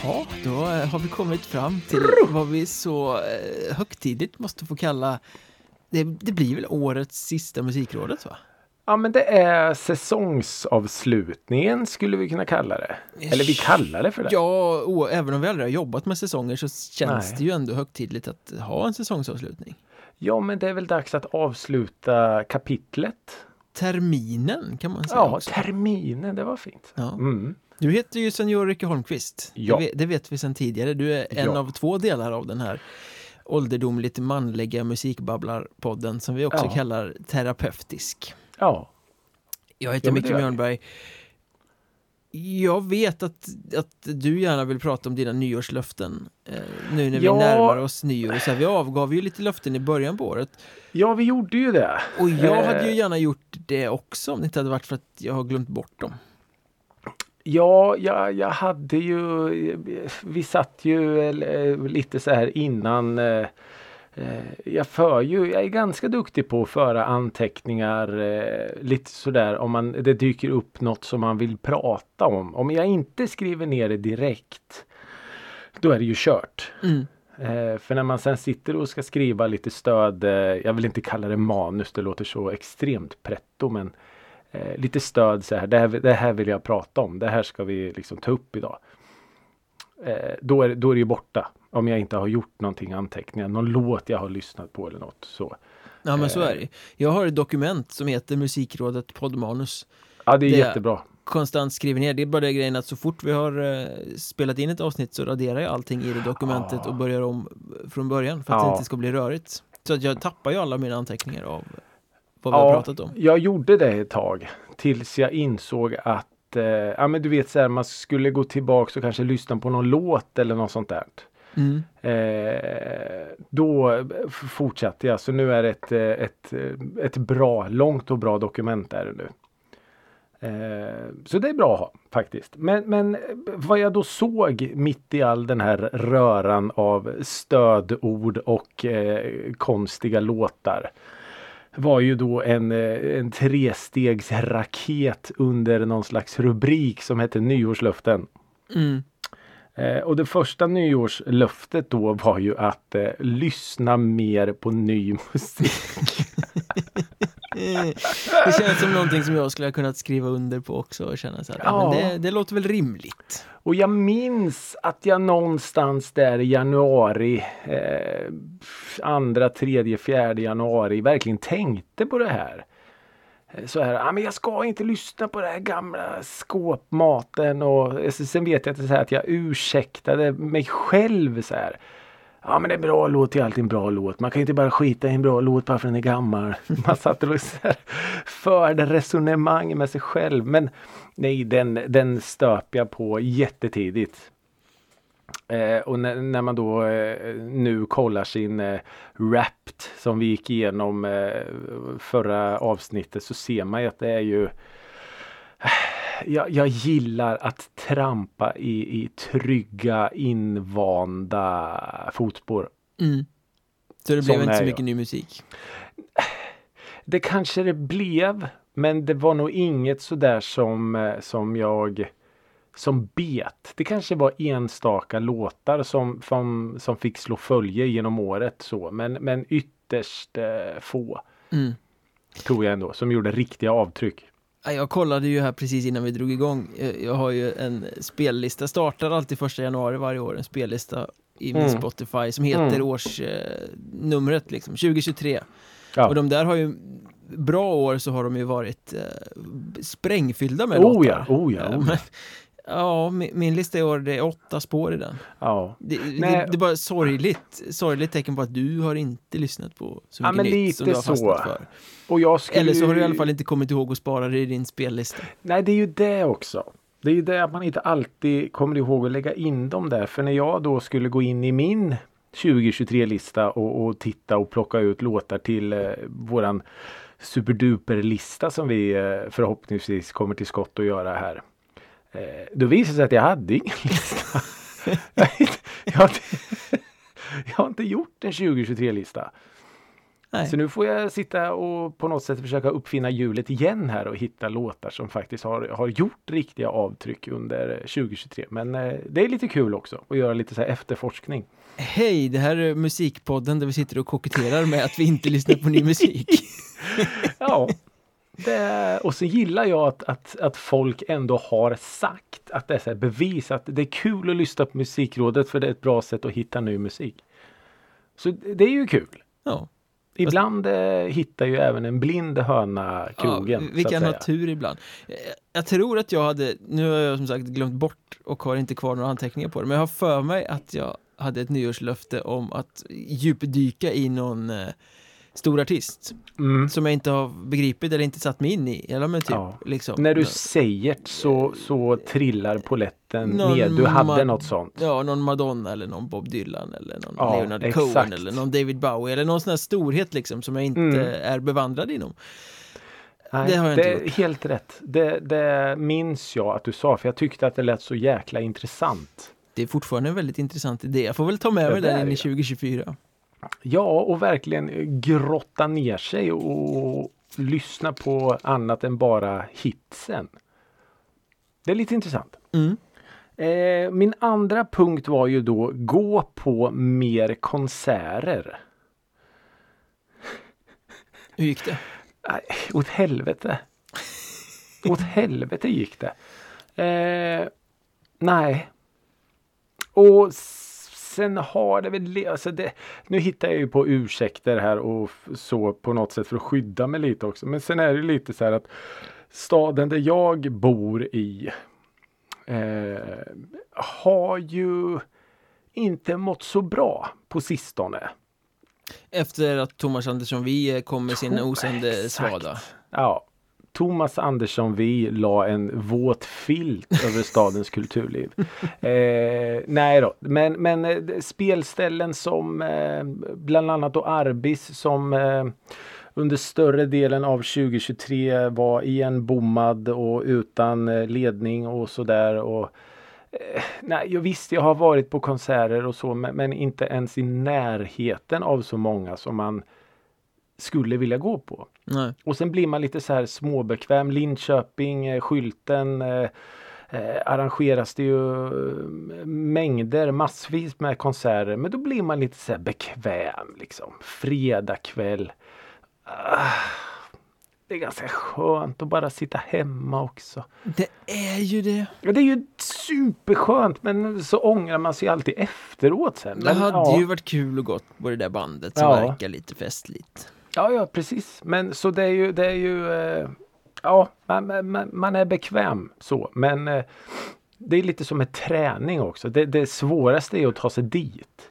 Ja, då har vi kommit fram till vad vi så högtidligt måste få kalla, det blir väl årets sista musikrådet, va? Ja, men det är säsongsavslutningen skulle vi kunna kalla det. Eller vi kallar det för det. Ja, även om vi aldrig har jobbat med säsonger så känns Nej. det ju ändå högtidligt att ha en säsongsavslutning. Ja, men det är väl dags att avsluta kapitlet. Terminen kan man säga Ja, också. terminen, det var fint. Ja. Mm. Du heter ju senior Rikke Holmqvist. Ja. Det vet vi sedan tidigare. Du är en av 2 delar av den här ålderdomligt manliga musikbabblar-podden som vi också kallar terapeutisk. Ja. Jag heter Micke Mjörnberg. Jag vet att du gärna vill prata om dina nyårslöften nu när vi närmar oss nyår. Så här, vi avgav ju lite löften i början på året. Ja, vi gjorde ju det. Och jag hade ju gärna gjort det också om det inte hade varit för att jag har glömt bort dem. Ja, jag hade ju... Vi satt ju lite så här innan... Jag är ganska duktig på att föra anteckningar lite sådär om det dyker upp något som man vill prata om. Om jag inte skriver ner det direkt, då är det ju kört. För när man sen sitter och ska skriva lite stöd, jag vill inte kalla det manus, det låter så extremt pretto, men lite stöd så här, det här vill jag prata om, det här ska vi liksom ta upp idag. Då är det ju borta. Om jag inte har gjort någonting anteckningar, någon låt jag har lyssnat på eller något så. Ja, men så är det. Jag har ett dokument som heter Musikrådet poddmanus. Ja, det är jättebra. Konstant skriver ner. Det är bara det grejen att så fort vi har spelat in ett avsnitt så raderar jag allting i det dokumentet och börjar om från början för att det inte ska bli rörigt. Så att jag tappar ju alla mina anteckningar av vad vi har pratat om. Jag gjorde det ett tag tills jag insåg att men du vet så här, man skulle gå tillbaka och kanske lyssna på någon låt eller något sånt där. Då fortsatte jag. Så nu är det ett bra, långt och bra dokument där nu. Så det är bra att ha faktiskt. Men vad jag då såg mitt i all den här röran av stödord och konstiga låtar var ju då en 3-stegsraket under någon slags rubrik som heter nyårslöften. Och det första nyårslöftet då var ju att lyssna mer på ny musik. Det känns som någonting som jag skulle ha kunnat skriva under på också och känna så här, men det låter väl rimligt. Och jag minns att jag någonstans där i januari, 2, 3, 4 januari verkligen tänkte på det här. Så här, men jag ska inte lyssna på det här gamla skåpmaten och sen vet jag att jag ursäktade mig själv så här. Ja, men det är bra låt, det är alltid en bra låt. Man kan ju inte bara skita i en bra låt bara för den är gammal. Man satt och så här, förde resonemang med sig själv. Men nej, den stöp jag på jättetidigt. Och när man då nu kollar sin Wrapped som vi gick igenom förra avsnittet så ser man ju att det är ju... Jag gillar att trampa i trygga, invanda fotspår. Så det blev inte så mycket ny musik? Det kanske det blev, men det var nog inget sådär som bet. Det kanske var enstaka låtar som fick slå följe genom året så, men ytterst få tror jag ändå, som gjorde riktiga avtryck. Jag kollade ju här precis innan vi drog igång. Jag har ju en spellista, startar alltid 1 januari varje år, en spellista i min Spotify som heter årsnumret liksom, 2023. Ja. Och de där har ju bra år så har de ju varit sprängfyllda med låtar. Men, min lista i år, det är 8 spår i den. Ja. Det är bara sorgligt tecken på att du har inte lyssnat på så mycket nytt som du har fastnat för. Och eller så har du i alla fall inte kommit ihåg att spara det i din spellista. Nej, det är ju det också. Det är ju det att man inte alltid kommer ihåg att lägga in dem där. För när jag då skulle gå in i min 2023-lista och titta och plocka ut låtar till våran superduper-lista som vi förhoppningsvis kommer till skott att göra här. Då visade det sig att jag hade ingen lista. Jag har inte gjort en 2023-lista. Nej. Så nu får jag sitta och på något sätt försöka uppfinna hjulet igen här och hitta låtar som faktiskt har gjort riktiga avtryck under 2023. Men det är lite kul också att göra lite så här efterforskning. Hej, det här är musikpodden där vi sitter och koketterar med att vi inte lyssnar på ny musik. Ja, och så gillar jag att folk ändå har sagt att det är så här bevis att det är kul att lyssna på Musikrådet för det är ett bra sätt att hitta ny musik. Så det är ju kul. Ja. Ibland hittar ju även en blind höna krogen. Ja, vi kan ha tur ibland. Jag tror att jag hade, nu har jag som sagt glömt bort och har inte kvar några anteckningar på det, men jag har för mig att jag hade ett nyårslöfte om att djupdyka i någon stor artist som jag inte har begripit eller inte satt mig in i. Eller men typ, liksom. När du säger så trillar poletten ner. Du hade något sånt. Ja, någon Madonna eller någon Bob Dylan eller någon Leonard Cohen eller någon David Bowie eller någon sån här storhet liksom som jag inte är bevandrad inom. Nej, det har jag inte gjort. Helt rätt. Det minns jag att du sa, för jag tyckte att det lät så jäkla intressant. Det är fortfarande en väldigt intressant idé. Jag får väl ta med mig den in i 2024. Ja, och verkligen grotta ner sig och lyssna på annat än bara hitsen. Det är lite intressant. Min andra punkt var ju då gå på mer konserter. Hur gick det? Åt helvete. Åt helvete gick det. Nej. Och sen har det väl, alltså nu hittar jag ju på ursäkter här och så på något sätt för att skydda mig lite också. Men sen är det lite så här att staden där jag bor i har ju inte mått så bra på sistone. Efter att Thomas Andersson Vi kom med sin osande svada. Ja. Thomas Andersson Vi la en våt filt över stadens kulturliv. Nej då, men spelställen som bland annat då Arbis som under större delen av 2023 var igenbommad och utan ledning och sådär. Och nej, jag har varit på konserter och så, men inte ens i närheten av så många som man skulle vilja gå på. Nej. Och sen blir man lite så här småbekväm. Linköping, skylten arrangeras det ju massvis med konserter. Men då blir man lite så här bekväm liksom. Fredag kväll. Det är ganska skönt att bara sitta hemma också. Det är ju det. Ja, det är ju superskönt, men så ångrar man sig alltid efteråt sen. Det hade ju varit kul och gott på det där bandet som verkar lite festligt. Ja, precis. Men så det är ju man är bekväm så. Men det är lite som en träning också. Det svåraste är att ta sig dit.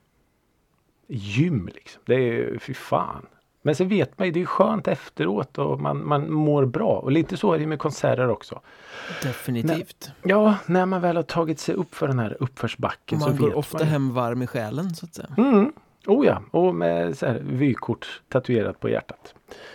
Gym liksom. Det är ju, fy fan. Men så vet man ju, det är skönt efteråt och man mår bra. Och lite så är det med konserter också. Definitivt. När man väl har tagit sig upp för den här uppförsbacken man så går vet ofta man hem varm i själen så att säga. Oh ja, och med så här vykort tatuerat på hjärtat.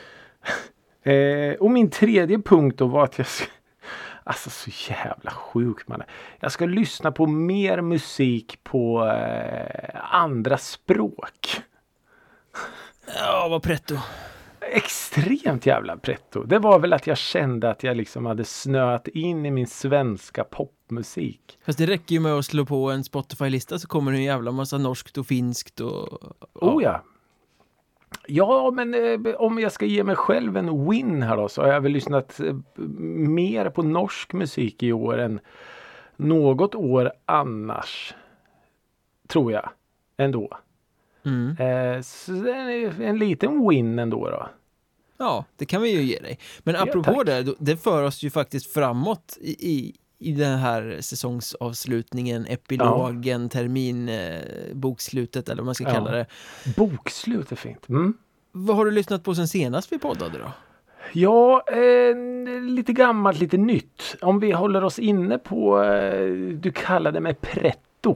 Och min tredje punkt då var att jag alltså så jävla sjuk man är. Jag ska lyssna på mer musik på andra språk. Ja, vad pretto. Extremt jävla pretto. Det var väl att jag kände att jag liksom hade snöat in i min svenska popmusik. Fast det räcker ju med att slå på en Spotify-lista så kommer det en jävla massa norskt och finskt och... Oh ja. Ja, men om jag ska ge mig själv en win här då så har jag väl lyssnat mer på norsk musik i år än något år annars. Tror jag. Ändå. Så det är en liten win ändå då. Ja, det kan vi ju ge dig. Men apropå det för oss ju faktiskt framåt i den här säsongsavslutningen, epilogen, terminbokslutet eller vad man ska kalla det. Bokslut är fint. Vad har du lyssnat på sen senast vi poddade då? Ja, lite gammalt, lite nytt. Om vi håller oss inne på, du kallade mig pretto.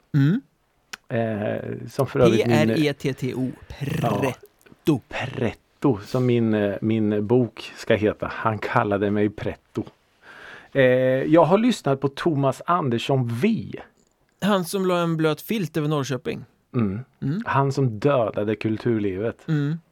Som för övrigt P-R-E-T-T-O. Pretto. Pretto, som min bok ska heta. Han kallade mig pretto. Jag har lyssnat på Thomas Andersson Vi. Han som la en blöt filt över Norrköping. Han som dödade kulturlivet.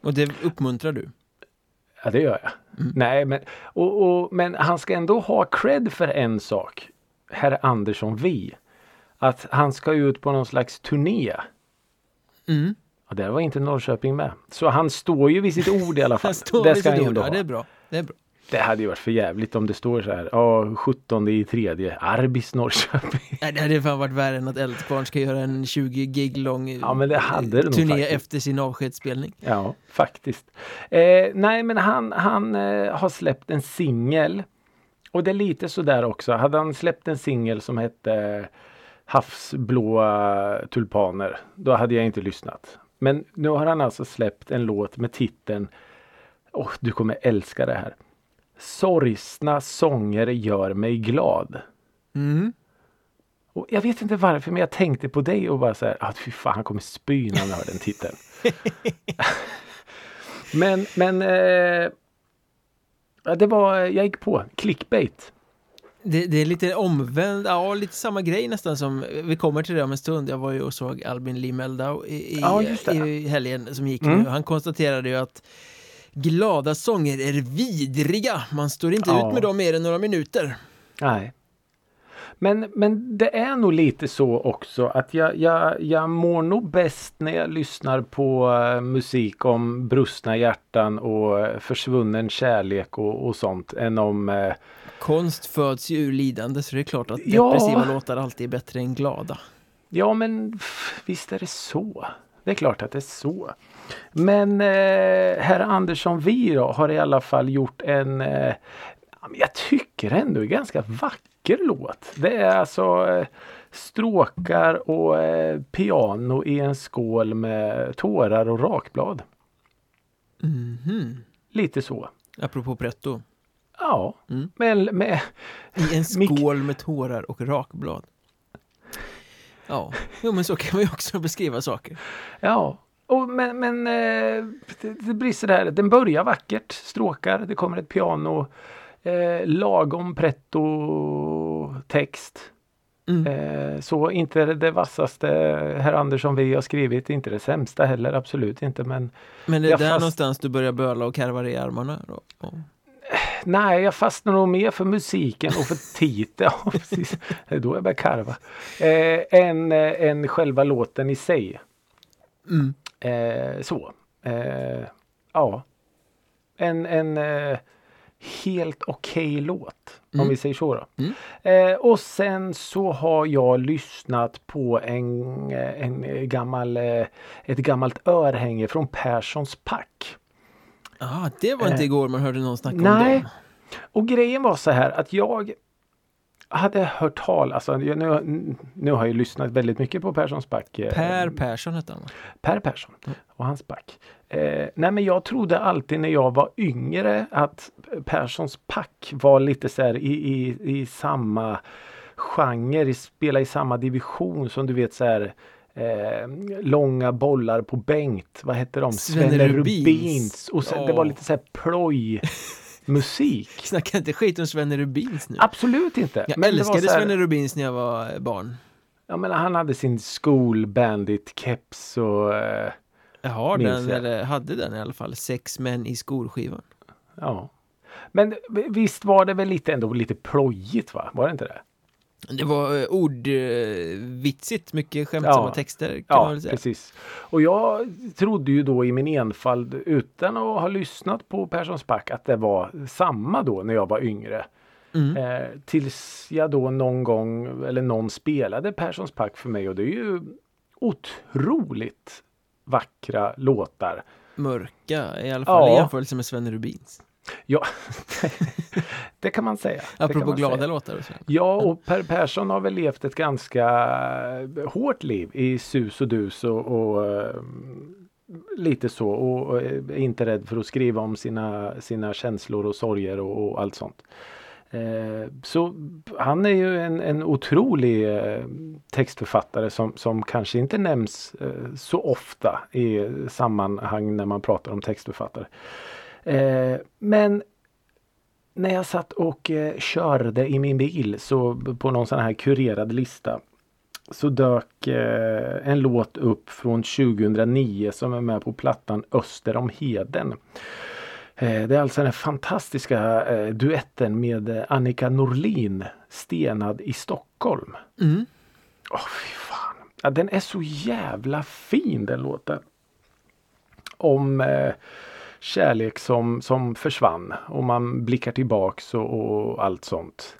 Och det uppmuntrar du? Ja, det gör jag. Nej, men han ska ändå ha cred för en sak. Herr Andersson V. Att han ska ut på någon slags turné. Och där var inte Norrköping med. Så han står ju vid sitt ord i alla fall. Det ska han ändå ha. Det är bra. Det hade ju varit för jävligt om det står så här. 17/3. Arbis Norrköping. Nej, det hade fan varit värre än att Eldkvarn ska göra en 20 gig lång men det hade det turné nog efter sin avskedsspelning. Ja, faktiskt. Nej, men han har släppt en singel. Och det är lite så där också. Hade han släppt en singel som hette Havsblåa tulpaner, då hade jag inte lyssnat. Men nu har han alltså släppt en låt med titeln, du kommer älska det här. Sorgsna sånger gör mig glad. Och jag vet inte varför, men jag tänkte på dig och bara så här, fy fan, han kommer spy när han hör den titeln. men det var, jag gick på clickbait. Det är lite omvänd, lite samma grej nästan som, vi kommer till det om en stund. Jag var ju och såg Albin Lee Meldau i helgen som gick nu. Han konstaterade ju att glada sånger är vidriga. Man står inte ut med dem mer än några minuter. Nej. Men det är nog lite så också att jag mår nog bäst när jag lyssnar på musik om brustna hjärtan och försvunnen kärlek och sånt än om... Konst föds ju ur lidande, så det är klart att depressiva låtar alltid är bättre än glada. Ja, men visst är det så. Det är klart att det är så. Men herr Andersson V har i alla fall gjort en... jag tycker ändå en ganska vacker låt. Det är alltså stråkar och piano i en skål med tårar och rakblad. Lite så. Apropå pretto. Ja, med i en skål med tårar och rakblad. Ja, men så kan man ju också beskriva saker. Ja, men det brister där. Den börjar vackert, stråkar, det kommer ett piano, lagom pretto text. Så inte det vassaste herr Andersson vi har skrivit, inte det sämsta heller, absolut inte. Men det är där någonstans du börjar böla och karva i armarna då? Nej, jag fastnar nog mer för musiken och för titeln. Ja, precis. Det är då jag börjar karva. Än själva låten i sig. Ja. En helt okej låt. Om vi säger så då. Och sen så har jag lyssnat på ett gammalt örhänge från Perssons pack. Det var inte igår man hörde någon snacka om dem. Och grejen var så här att jag hade hört alltså nu har jag lyssnat väldigt mycket på Perssons pack. Per Persson hette han. Per Persson och hans pack. Nej, men jag trodde alltid när jag var yngre att Perssons pack var lite så här i samma genre, spela i samma division som du vet så här långa bollar på Bengt. Vad heter de? Svenne Rubins. Och sen, det var lite så här ploj musik. Snacka inte skit om Svenne Rubins nu. Absolut inte. Jag älskade Svenne Rubins när jag var barn. Ja, men han hade sin School Bandit keps och jag har den, eller hade den i alla fall. 6 män i skolskivan. Ja. Men visst var det väl lite plojigt, va? Var det inte det? Det var ordvitsigt, mycket skämtsamma texter kan man väl säga. Precis. Och jag trodde ju då i min enfald, utan att ha lyssnat på Perssons pack, att det var samma då när jag var yngre. Tills jag då någon gång, eller någon spelade Perssons pack för mig, och det är ju otroligt vackra låtar. Mörka, i alla fall i jämförelse med Svenne Rubins. Ja, det kan man säga. Apropå glada låtar och så. Ja, och Per Persson har väl levt ett ganska hårt liv i sus och dus och lite så, och är inte rädd för att skriva om sina känslor och sorger och allt sånt. Så han är ju en otrolig textförfattare som kanske inte nämns så ofta i sammanhang när man pratar om textförfattare. Men när jag satt och körde i min bil så på någon sån här kurerad lista så dök en låt upp från 2009 som är med på plattan Öster om Heden. Det är alltså den fantastiska duetten med Annika Norlin, Stenad i Stockholm. Fy fan. Ja, den är så jävla fin, den låten. Om kärlek som försvann. Och man blickar tillbaks och allt sånt.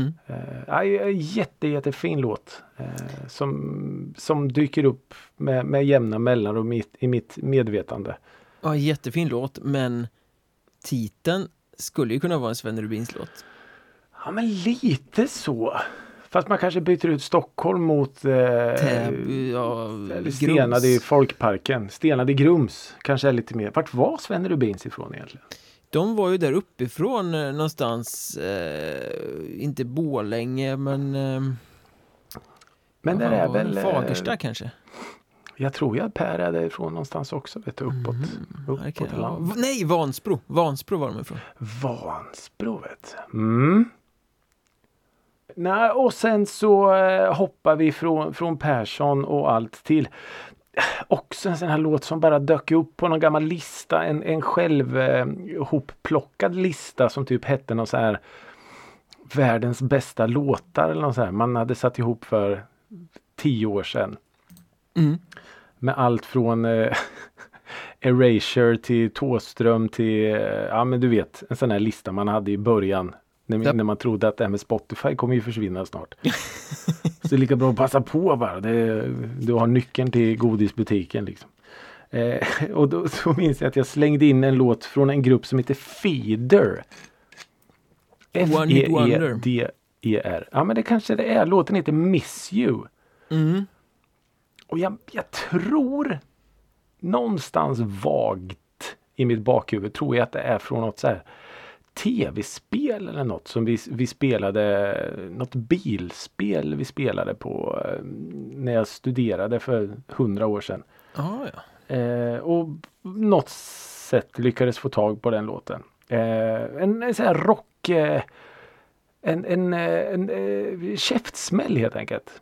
Jättefin låt. Som dyker upp med jämna mellanrum i mitt medvetande. Ja, jättefin låt, men titeln skulle ju kunna vara en Sven Rubins låt. Ja, men lite så. Fast man kanske byter ut Stockholm mot Stenad i Folkparken. Stenad i Grums kanske är lite mer. Vart var Sven Rubins ifrån egentligen? De var ju där uppifrån någonstans, inte Borlänge, men där är väl Fagersta kanske. Jag tror att Per är därifrån någonstans också, vet du, uppåt land. Nej, Vansbro var de ifrån. Vansbro, vet du. Nej, och sen så hoppar vi från Persson och allt till också en sån här låt som bara dök upp på någon gammal lista, en själv hopplockad lista som typ hette någon så här världens bästa låtar eller något så här. Man hade satt ihop för 10 år sedan. Med allt från Erasure till Thåström till, ja men du vet, en sån här lista man hade i början. När man trodde att det här med Spotify kommer ju försvinna snart. Så det är lika bra att passa på bara. Du har nyckeln till godisbutiken liksom. Och då så minns jag att jag slängde in en låt från en grupp som heter Feeder. F-E-E-D-E-R. Ja, men det kanske det är. Låten heter Miss You. Och jag tror någonstans vagt i mitt bakhuvud tror jag att det är från något så här tv-spel eller något som vi spelade, något bilspel vi spelade på när jag studerade för 100 år sedan. Och något sätt lyckades få tag på den låten. En sån här rock, en käftsmäll helt enkelt.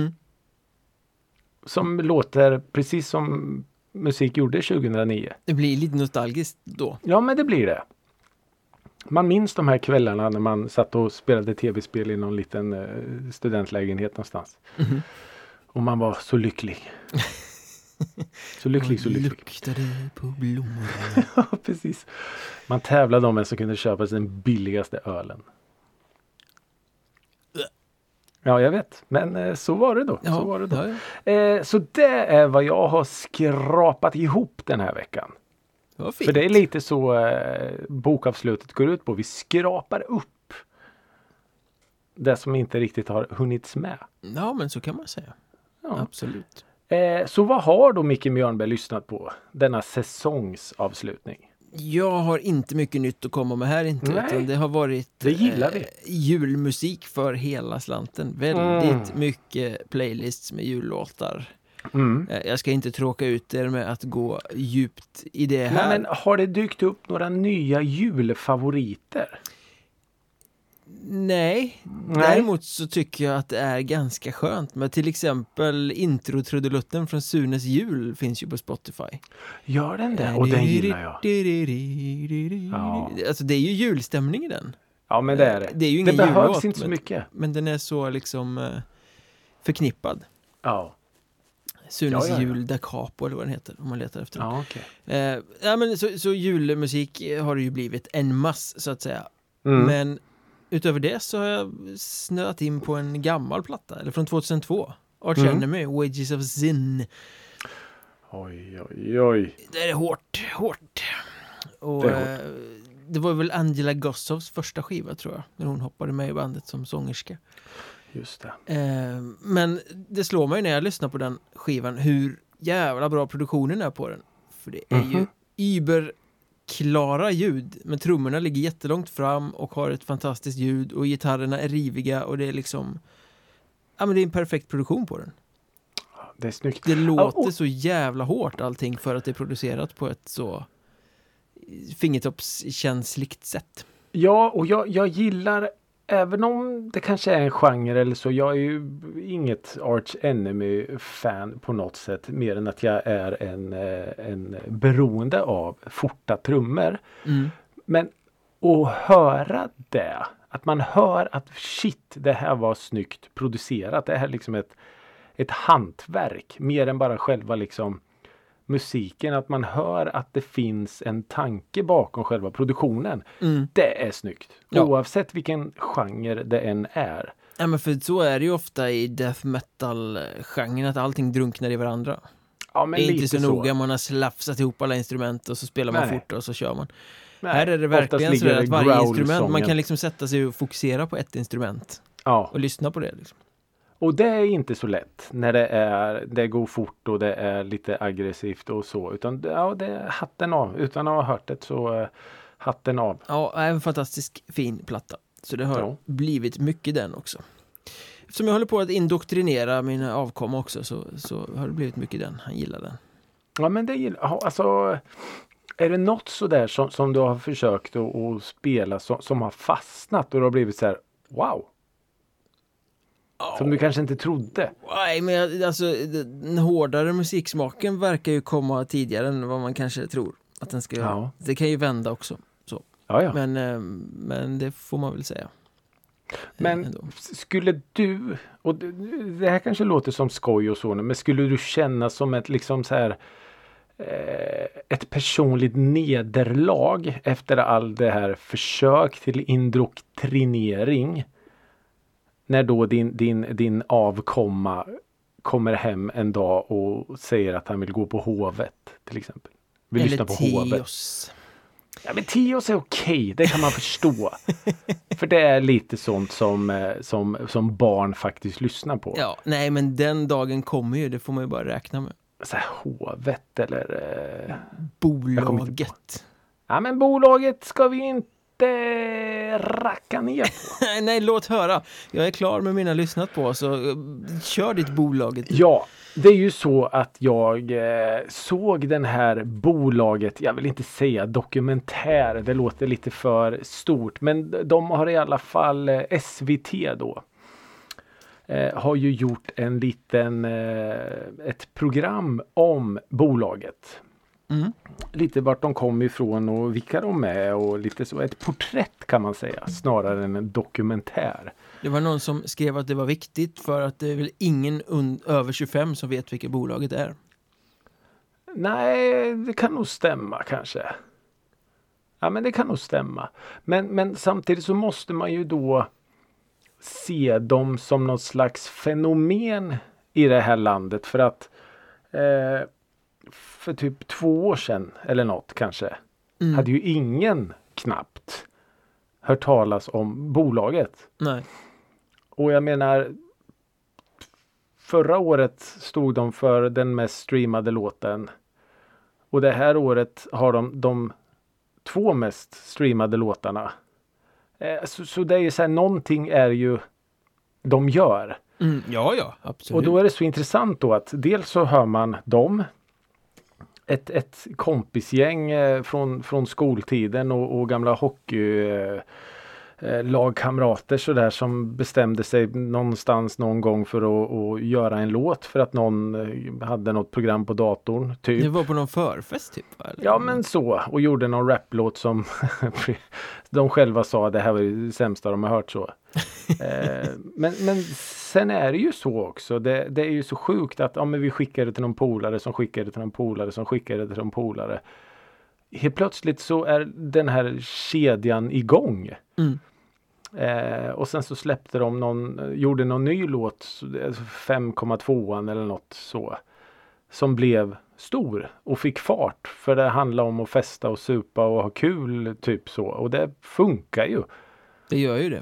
Som låter precis som musik gjorde 2009. Det blir lite nostalgiskt då. Ja, men det blir det. Man minns de här kvällarna när man satt och spelade tv-spel i någon liten studentlägenhet någonstans. Och man var så lycklig. Så lycklig. Luktade på blommor. Ja, precis. Man tävlade om vem som kunde köpa den billigaste ölen. Ja, jag vet. Men så var det då. Så det är vad jag har skrapat ihop den här veckan. För det är lite så bokavslutet går ut på. Vi skrapar upp det som inte riktigt har hunnits med. Ja, men så kan man säga. Ja. Absolut. Så vad har då Micke Mjörnberg lyssnat på denna säsongsavslutning? Jag har inte mycket nytt att komma med här inte. Utan det har varit det gillar vi. Julmusik för hela slanten. Väldigt mycket playlists med jullåtar. Jag ska inte tråka ut er med att gå djupt i det här. Men har det dykt upp några nya julfavoriter? Nej. Däremot så tycker jag att det är ganska skönt med till exempel intro-trudelutten från Sunes jul finns ju på Spotify. Gör den där? Och den gillar jag. Ja. Alltså det är ju julstämning i den. Ja, men det är det. Det är ju ingen det behövs jullåt, inte så mycket. Men den är så liksom förknippad. Ja. Sunes jul da capo eller vad den heter om man letar efter den. Ja, okej. Men så julmusik har det ju blivit en mass så att säga. Men utöver det så har jag snöat in på en gammal platta eller från 2002. Arch Enemy, Wages of Sin. Oj. Det är hårt. Och det var väl Angela Gossovs första skiva tror jag. När hon hoppade med i bandet som sångerska. Just det. Men det slår mig när jag lyssnar på den skivan hur jävla bra produktionen är på den. För det är ju klara ljud. Men trummorna ligger jättelångt fram och har ett fantastiskt ljud. Och gitarrerna är riviga och det är liksom... Ja, men det är en perfekt produktion på den. Det är snyggt. Det låter så jävla hårt allting för att det är producerat på ett så fingertoppskänsligt sätt. Ja, och jag gillar även om det kanske är en genre eller så, jag är ju inget Arch Enemy-fan på något sätt, mer än att jag är en beroende av forta trummor. Men att höra det, att man hör att shit, det här var snyggt producerat, det här är liksom ett hantverk, mer än bara själva liksom musiken, att man hör att det finns en tanke bakom själva produktionen. Det är snyggt. Ja. Oavsett vilken genre det än är. Ja, men för så är det ju ofta i death metal-genren, att allting drunknar i varandra. Ja, men det är lite inte så noga, man har slafsat ihop alla instrument och så spelar man fort och så kör man. Här är det verkligen så att varje instrument, man kan liksom sätta sig och fokusera på ett instrument. Ja. Och lyssna på det liksom. Och det är inte så lätt när det går fort och det är lite aggressivt och så. Utan det är hatten av. Utan att ha hört det så hatten av. Ja, en fantastisk fin platta. Så det har blivit mycket den också. Eftersom jag håller på att indoktrinera mina avkomma också så har det blivit mycket den. Han gillar den. Ja, men det gillar... Alltså, är det något sådär som du har försökt att spela som har fastnat och det har blivit så här, wow! Som du kanske inte trodde. Nej, men alltså den hårdare musiksmaken verkar ju komma tidigare än vad man kanske tror att den ska göra. Ja. Det kan ju vända också. Så. Ja. Men det får man väl säga. Men skulle du, och det här kanske låter som skoj och så, men skulle du känna som ett liksom så här ett personligt nederlag efter all det här försök till indoktrinering? När då din avkomma kommer hem en dag och säger att han vill gå på hovet till exempel. Vill lyssna på hovet. Ja, men Tios är okej, det kan man förstå. För det är lite sånt som barn faktiskt lyssnar på. Ja, nej, men den dagen kommer ju, det får man ju bara räkna med. Så här, hovet eller... Bolaget. Ja, men bolaget ska vi inte racka ner på. Nej, låt höra. Jag är klar med mina lyssnat på, så kör ditt bolaget. Ja, det är ju så att jag såg den här bolaget, jag vill inte säga dokumentär, det låter lite för stort, men de har i alla fall SVT då. Har ju gjort en liten ett program om bolaget. Lite vart de kom ifrån och vilka de är och lite så ett porträtt kan man säga snarare än en dokumentär. Det var någon som skrev att det var viktigt för att det är väl ingen över 25 som vet vilket bolaget är. Nej, det kan nog stämma kanske. Ja, men det kan nog stämma. Men samtidigt så måste man ju då se dem som något slags fenomen i det här landet för att för typ 2 år sedan eller något kanske hade ju ingen knappt hört talas om bolaget. Nej. Och jag menar förra året stod de för den mest streamade låten och det här året har de 2 mest streamade låtarna. Så det är ju så här, någonting är ju de gör. Ja, absolut. Och då är det så intressant då att dels så hör man dem, ett kompisgäng från skoltiden och gamla lagkamrater så där som bestämde sig någonstans någon gång för att göra en låt för att någon hade något program på datorn typ. Det var på någon förfest typ? Eller? Ja, men så. Och gjorde någon raplåt som de själva sa det här var det sämsta de har hört så. Men sen är det ju så också. Det är ju så sjukt att men vi skickar det till någon polare som skickar det till någon polare som skickar det till någon polare. Helt plötsligt så är den här kedjan igång. Och sen så släppte de gjorde någon ny låt 5,2 eller något så som blev stor och fick fart för det handlar om att festa och supa och ha kul typ så och det funkar ju. Det gör ju det.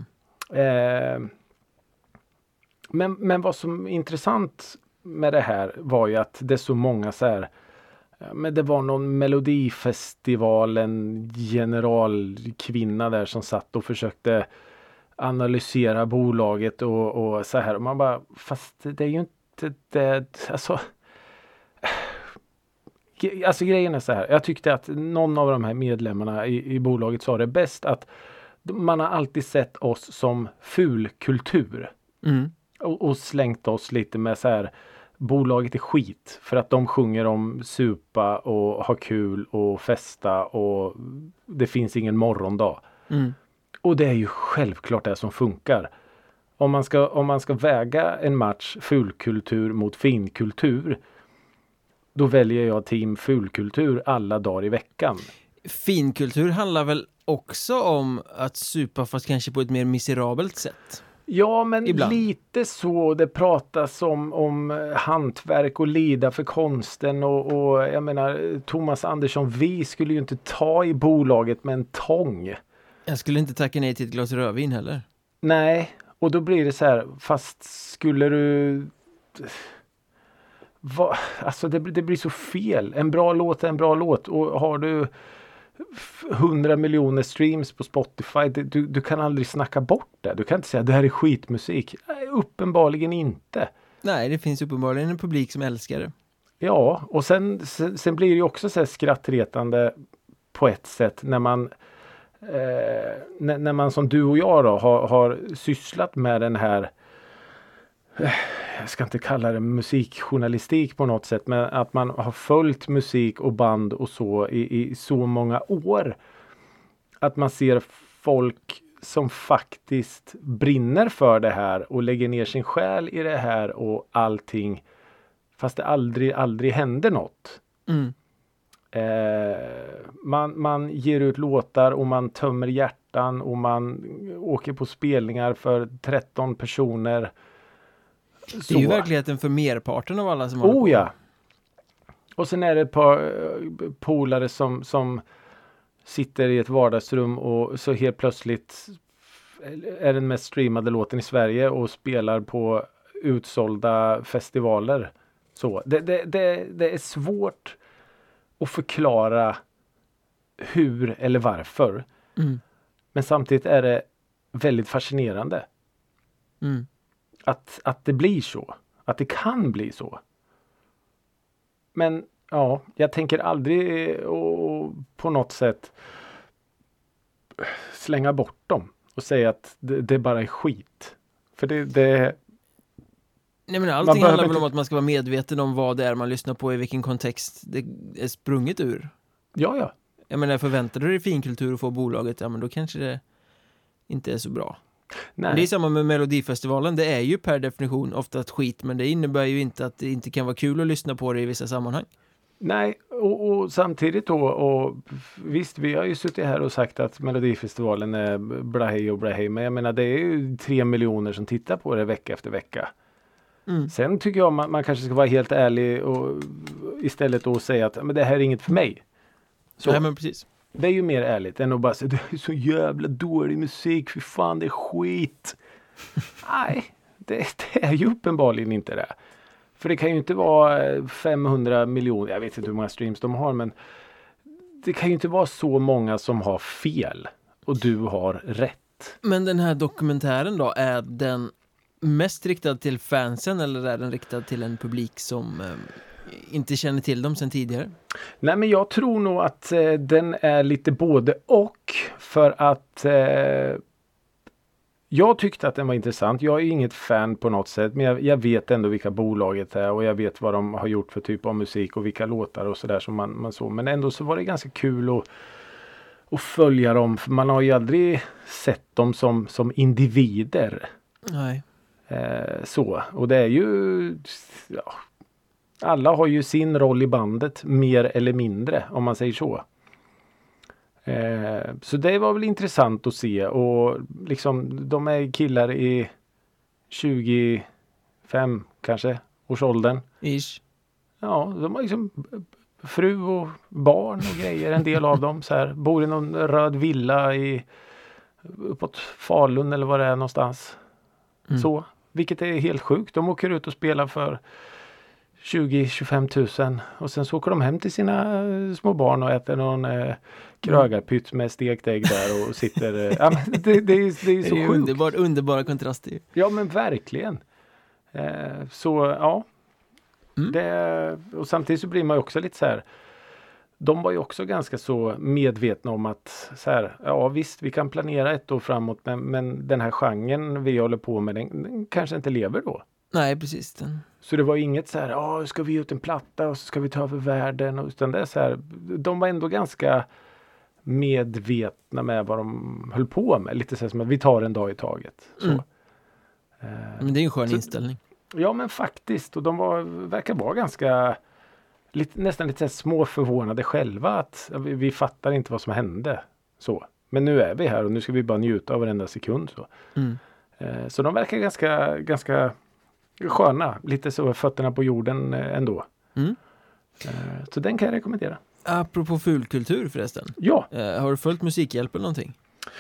Men vad som är intressant med det här var ju att det är så många så här. Men det var någon Melodifestivalen generalkvinna där som satt och försökte analysera bolaget och så här. Och man bara, fast det är ju inte det. Alltså grejen är så här. Jag tyckte att någon av de här medlemmarna i bolaget sa det bäst att man har alltid sett oss som fulkultur. Och slängt oss lite med så här, bolaget är skit för att de sjunger om supa och ha kul och festa och det finns ingen morgondag. Och det är ju självklart det som funkar. Om man ska väga en match fulkultur mot finkultur, då väljer jag team fulkultur alla dagar i veckan. Finkultur handlar väl också om att supa fast kanske på ett mer miserabelt sätt? Ja, men ibland. Lite så. Det pratas om hantverk och lida för konsten och jag menar, Thomas Andersson, vi skulle ju inte ta i bolaget med en tång. Jag skulle inte tacka nej till ett glas rödvin heller. Nej, och då blir det så här, fast skulle du... Alltså det blir så fel. En bra låt är en bra låt, och har du 100 miljoner streams på Spotify, du kan aldrig snacka bort det. Du kan inte säga det här är skitmusik. Nej, uppenbarligen inte. Nej, det finns uppenbarligen en publik som älskar det. Ja, och sen blir det ju också så här skrattretande på ett sätt när man som du och jag då har sysslat med den här, jag ska inte kalla det musikjournalistik på något sätt, men att man har följt musik och band och så i så många år. Att man ser folk som faktiskt brinner för det här och lägger ner sin själ i det här och allting, fast det aldrig händer något. Man ger ut låtar och man tömmer hjärtan och man åker på spelningar för 13 personer. Det är ju verkligheten för merparten av alla som håller på. Ja. Och sen är det ett par polare som sitter i ett vardagsrum och så helt plötsligt är den mest streamade låten i Sverige och spelar på utsålda festivaler. Så det är svårt att förklara hur eller varför. Men samtidigt är det väldigt fascinerande. Att det blir så. Att det kan bli så. Men ja, jag tänker aldrig på något sätt slänga bort dem och säga att det bara är skit. För det Nej, men allting handlar väl om att man ska vara medveten om vad det är man lyssnar på, i vilken kontext det är sprunget ur. Ja. Jag menar, förväntar du dig finkultur och få bolaget, ja men då kanske det inte är så bra. Nej. Det är samma med Melodifestivalen, det är ju per definition ofta ett skit, men det innebär ju inte att det inte kan vara kul att lyssna på det i vissa sammanhang. Nej, och samtidigt då, och visst, vi har ju suttit här och sagt att Melodifestivalen är blahej, men jag menar, det är ju 3 miljoner som tittar på det vecka efter vecka. Sen tycker jag man kanske ska vara helt ärlig och istället då säga att men det här är inget för mig. Så. Nej, men precis. Det är ju mer ärligt än att bara säga det är så jävla dålig musik, för fan det är skit. Nej, det är ju uppenbarligen inte det. För det kan ju inte vara 500 miljoner, jag vet inte hur många streams de har, men det kan ju inte vara så många som har fel och du har rätt. Men den här dokumentären då, är den mest riktad till fansen eller är den riktad till en publik som inte känner till dem sedan tidigare? Nej, men jag tror nog att den är lite både och, för att jag tyckte att den var intressant. Jag är inget fan på något sätt, men jag vet ändå vilka bolaget är och jag vet vad de har gjort för typ av musik och vilka låtar och sådär som man så. Men ändå så var det ganska kul att följa dem, för man har ju aldrig sett dem som individer. Nej. Så, och det är ju alla har ju sin roll i bandet, mer eller mindre, om man säger så. Så det var väl intressant att se, och liksom de är killar i 25 kanske årsåldern. Ish. Ja, de har liksom fru och barn och grejer, en del av dem så här, bor i någon röd villa uppåt Falun eller vad det är någonstans. Så, vilket är helt sjukt. De åker ut och spelar för 20-25 000 och sen så åker de hem till sina små barn och äter någon krögarpytt med stekt ägg där och sitter ja, men det är så sjukt. Underbara kontraster. Ja, men verkligen. Så ja. Och samtidigt så blir man ju också lite så här, de var ju också ganska så medvetna om att så här, ja visst vi kan planera ett år framåt men den här genren vi håller på med den kanske inte lever då. Nej, precis. Så det var inget så här, ja ska vi ge ut en platta och så ska vi ta över världen. Utan det är så här, de var ändå ganska medvetna med vad de höll på med. Lite så här som att vi tar en dag i taget. Så. Men det är ju en skön inställning. Ja men faktiskt. Och de verkar vara ganska nästan lite så här små förvånade själva att vi fattar inte vad som hände. Så. Men nu är vi här och nu ska vi bara njuta av varenda sekund. Så, så de verkar ganska sköna. Lite så fötterna på jorden ändå. Så den kan jag rekommendera. Apropå fulkultur förresten. Ja. Har du följt Musikhjälpen någonting?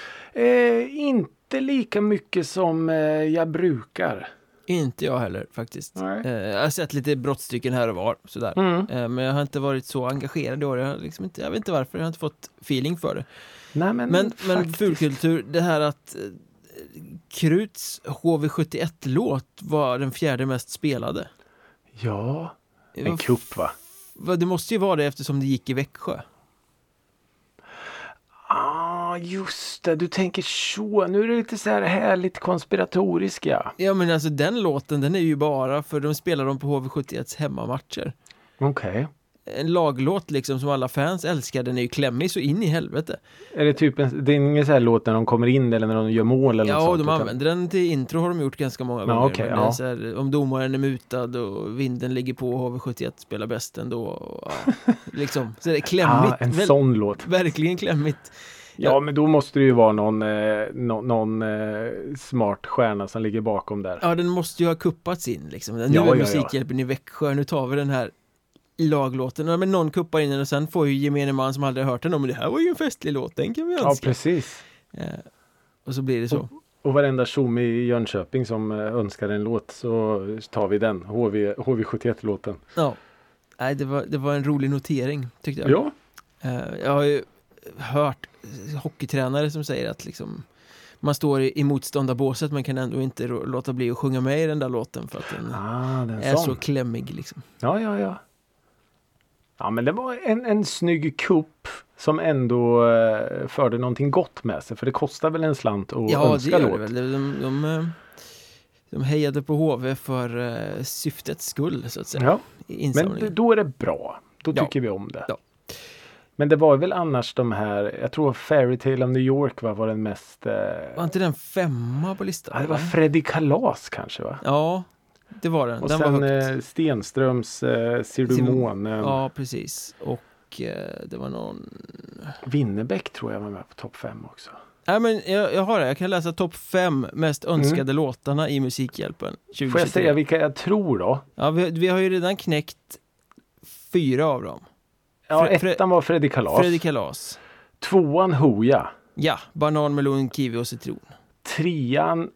Inte lika mycket som jag brukar. Inte jag heller faktiskt. Jag har sett lite brottstycken här och var. Sådär. Men jag har inte varit så engagerad i år. Jag vet inte varför. Jag har inte fått feeling för det. Nej, men fulkultur, det här att Kruts HV71-låt var den 4:e mest spelade. Ja, en kupp va? Det måste ju vara det eftersom det gick i Växjö. Just det. Du tänker så. Nu är det lite så här härligt konspiratoriska. Ja, men alltså den låten, den är ju bara för de spelar dem på HV71s hemmamatcher. Okej. En laglåt liksom som alla fans älskar, den är ju klämmig så in i helvete. Är det typ det är ingen så här låt när de kommer in eller när de gör mål eller något sånt? Ja, de använder den till intro har de gjort ganska många gånger. Okay, men så här, om domaren är mutad och vinden ligger på HV71 spelar bäst ändå. Liksom. Så det är klämmigt. En sån låt. Verkligen klämmigt. Ja, men då måste det ju vara någon smart stjärna som ligger bakom där. Ja, den måste ju ha kuppats in liksom. Nu är Musikhjälpen i Växjö, nu tar vi den här laglåten. Ja, men någon kuppar in den och sen får ju gemene man som aldrig har hört den men det här var ju en festlig låt, den kan vi önska. Ja, precis. Och så blir det så. Och varenda tjomme i Jönköping som önskar en låt så tar vi den, HV71-låten. Ja, nej, det var en rolig notering tyckte jag. Ja. Jag har ju hört hockeytränare som säger att liksom, man står i motståndarbåset men kan ändå inte låta bli att sjunga med i den där låten för att den är så klämmig liksom. Ja. Ja, men det var en snygg kupp som ändå förde någonting gott med sig. För det kostar väl en slant att önska låt. Ja, det gör det väl. De hejade på HV för syftets skull så att säga. Ja, men då är det bra. Då tycker vi om det. Ja. Men det var väl annars de här, jag tror Fairy Tale of New York var den mest... Var inte den 5:a på listan? Ja, det var Freddy Kalas kanske va? Ja, det var den. Och den sen var Stenströms Ser du månen? Ja, precis. Och det var någon... Winnerbäck tror jag var med på topp 5 också. Nej, men jag har det. Jag kan läsa topp 5 mest önskade låtarna i Musikhjälpen 2023. Får jag säga vilka jag tror då? Ja, vi har ju redan knäckt 4 av dem. Ja, ettan var Freddy Kalas. 2:an Hooja. Ja, banan, melon, kiwi och citron. 3:an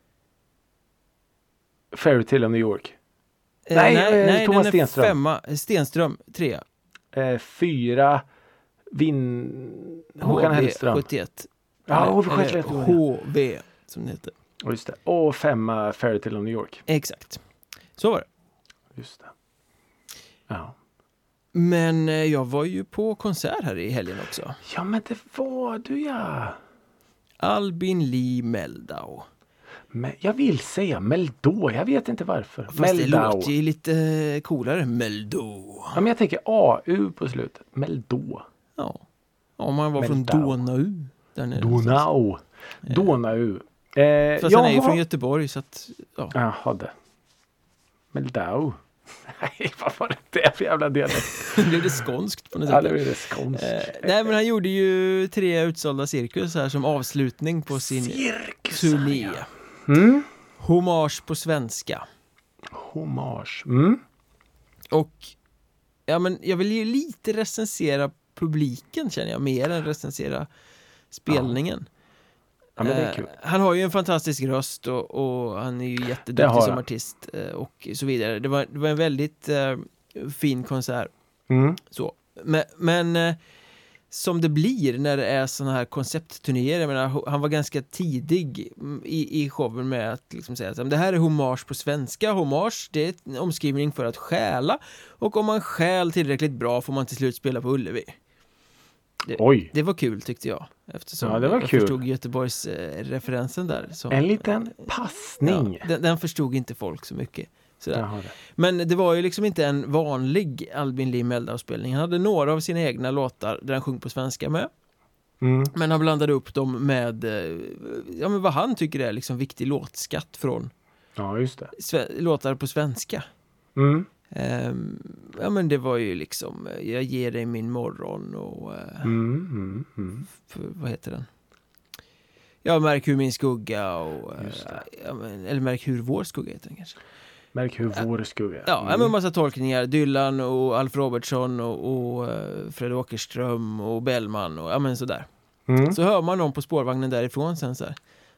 Fairy Tale of New York. Nej, Thomas den är Stenström. 5:a. Stenström, 3:a. 4 Håkan Hellström. HV71. Ja, HV som det heter. Just det. Och 5:a Fairy Tale of New York. Exakt. Så var det. Just det. Ja. Men jag var ju på konsert här i helgen också. Ja, men det var du ja. Albin Lee Meldau. Men jag vill säga Meldau, jag vet inte varför. Fast Meldau. Det låter ju lite coolare. Meldau. Ja, men jag tänker AU på slutet. Meldau. Ja. Om man var från Donau. Donau. Fast han är ju från Göteborg så att... Ja. Jaha, det. Meldau. Nej, vad var det för jävla dialekt? Blev det skånskt på något sätt? Ja, det blev det skånskt. Nej, men han gjorde ju 3 utsålda cirkus här som avslutning på sin turné. Hommage på svenska. Hommage. Och ja, men jag vill ju lite recensera publiken känner jag, mer än recensera spelningen. Ja, men det är kul. Han har ju en fantastisk röst och han är ju jätteduktig som artist och så vidare. Det var en väldigt fin konsert. Så. Men som det blir när det är såna här konceptturnéer, jag menar, han var ganska tidig i showen med att liksom säga att det här är hommage på svenska. Hommage, det är en omskrivning för att stjäla, och om man stjäl tillräckligt bra får man till slut spela på Ullevi. Det var kul tyckte jag. Eftersom det var jag kul. förstod Göteborgs referensen där. Som, En liten passning. Ja, den förstod inte folk så mycket. Jaha, Men det var ju liksom inte en vanlig Albin Lee Meldau-spelning. Han hade några av sina egna låtar där han sjöng på svenska med. Men han blandade upp dem med men vad han tycker är liksom viktig låtskatt från just det. Låtar på svenska. Men det var ju liksom Jag ger dig min morgon och vad heter den? Jag märk hur min skugga och eller märk hur vår skugga heter den kanske. Märk hur vår skugga. Ja, men massa tolkningar. Dylan och Alf Robertson och Fred Åkerström och Bellman och men sådär. Så hör man någon på spårvagnen därifrån sen så här.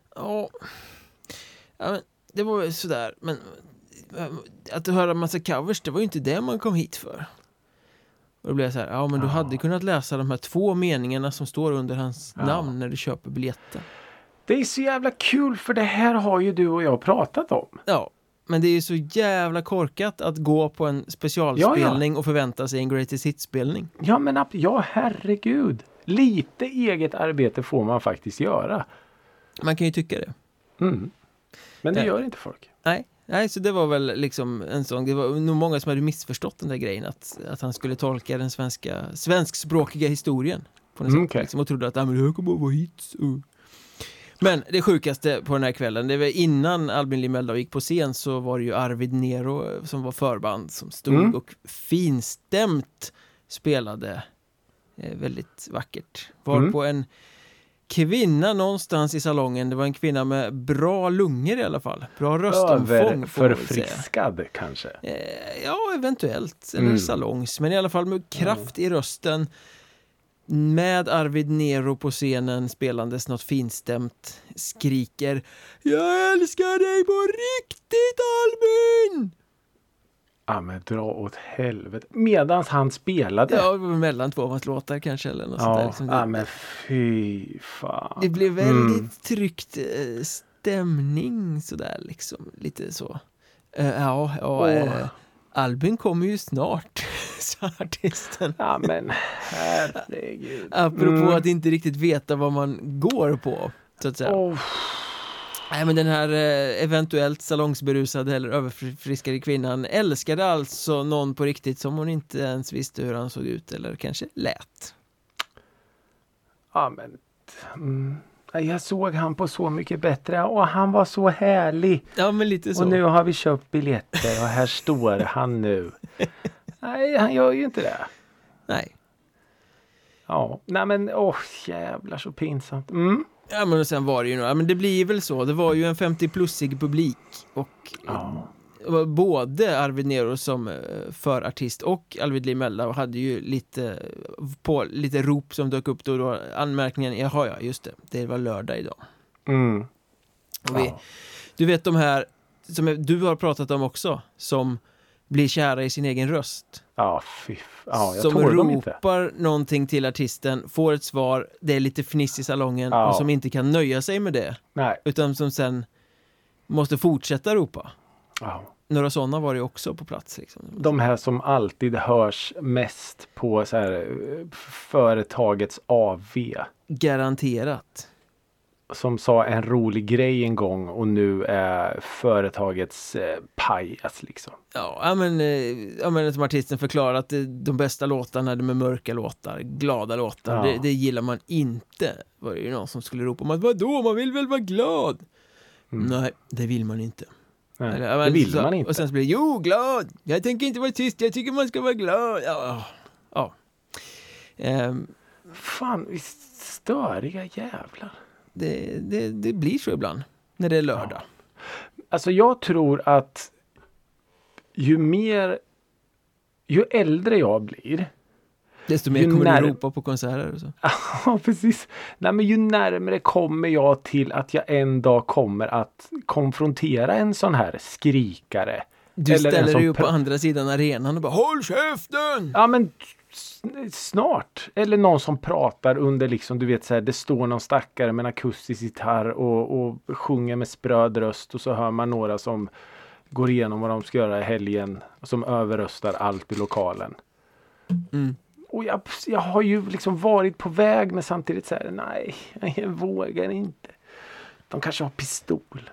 Men det var ju sådär, men att höra en massa covers, det var ju inte det man kom hit för. Och då blev jag så här, men du hade kunnat läsa de här 2 meningarna som står under hans namn när du köper biljetten. Det är så jävla kul, för det här har ju du och jag pratat om. Ja, men det är ju så jävla korkat att gå på en specialspelning och förvänta sig en Greatest Hits-spelning. Ja, men herregud. Lite eget arbete får man faktiskt göra. Man kan ju tycka det. Men det gör inte folk. Nej, så det var väl liksom en sån. Det var nog många som hade missförstått den där grejen att han skulle tolka den svenskspråkiga historien på något sätt, liksom, och trodde att det här kommer att vara hits. Men det sjukaste på den här kvällen, det var innan Albin Lee Meldau gick på scen, så var det ju Arvid Nero som var förband som stod och finstämt spelade väldigt vackert. Var på en kvinna någonstans i salongen. Det var en kvinna med bra lungor i alla fall. Bra röstomfång. Förfriskad kanske? Ja, eventuellt. Eller salongs. Men i alla fall med kraft i rösten. Med Arvid Nero på scenen spelandes något finstämt, skriker: jag älskar dig på riktigt, Albin! Men dra åt helvete. Medans han spelade. Ja, mellan 2 av hans låtar kanske eller något sånt där. Liksom men fy fan. Det blev väldigt tryckt stämning sådär liksom. Lite så. Albin kommer ju snart, sa artisten. Ja, men herregud. Apropå att inte riktigt veta vad man går på, så att säga. Nej, men den här eventuellt salongsberusade eller överfriskade kvinnan älskade alltså någon på riktigt som hon inte ens visste hur han såg ut eller kanske lät. Ja, men jag såg han på Så mycket bättre och han var så härlig. Ja, men lite så. Och nu har vi köpt biljetter och här står han nu. Nej, han gör ju inte det. Nej. Ja, nej men jävlar så pinsamt. Ja, men sen var det ju men det blir väl så. Det var ju en 50-plussig publik och både Arvid Nero som förartist och Albin Lee Meldau hade ju lite rop som dök upp då anmärkningen, just det var lördag idag. Och du vet de här som du har pratat om också, som blir kära i sin egen röst. Som ropar någonting till artisten, får ett svar, det är lite fniss i salongen och som inte kan nöja sig med det. Nej. Utan som sen måste fortsätta ropa. Några sådana var det också på plats. Liksom. De här som alltid hörs mest på så här, företagets AV. Garanterat. Som sa en rolig grej en gång och nu är företagets pajas liksom. Ja, men som artisten förklarar att de bästa låtarna är med mörka låtar, glada låtar. Det gillar man inte. Var det ju någon som skulle ropa om att vadå, man vill väl vara glad? Nej, det vill man inte. Nej, det vill man inte. Och sen så blir det, glad. Jag tänker inte vara tyst, jag tycker man ska vara glad. Fan, visst störiga jävlar. Det blir så ibland när det är lördag. Alltså jag tror att ju äldre jag blir, desto mer kommer du ropa på konserter och så. Ja, precis. Nej, men ju närmare kommer jag till att jag en dag kommer att konfrontera en sån här skrikare. Du ställer dig upp på andra sidan arenan och bara håll käften! Ja, men snart. Eller någon som pratar under liksom, du vet så här, det står någon stackare med en akustisk gitarr och sjunger med spröd röst och så hör man några som går igenom vad de ska göra i helgen och som överröstar allt i lokalen. Och jag har ju liksom varit på väg, men samtidigt så här, nej, jag vågar inte. De kanske har pistol.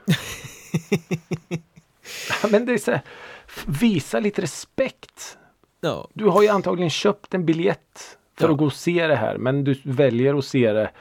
Men det är så här, visa lite respekt. Ja. Du har ju antagligen köpt en biljett för att gå och se det här, men du väljer att se det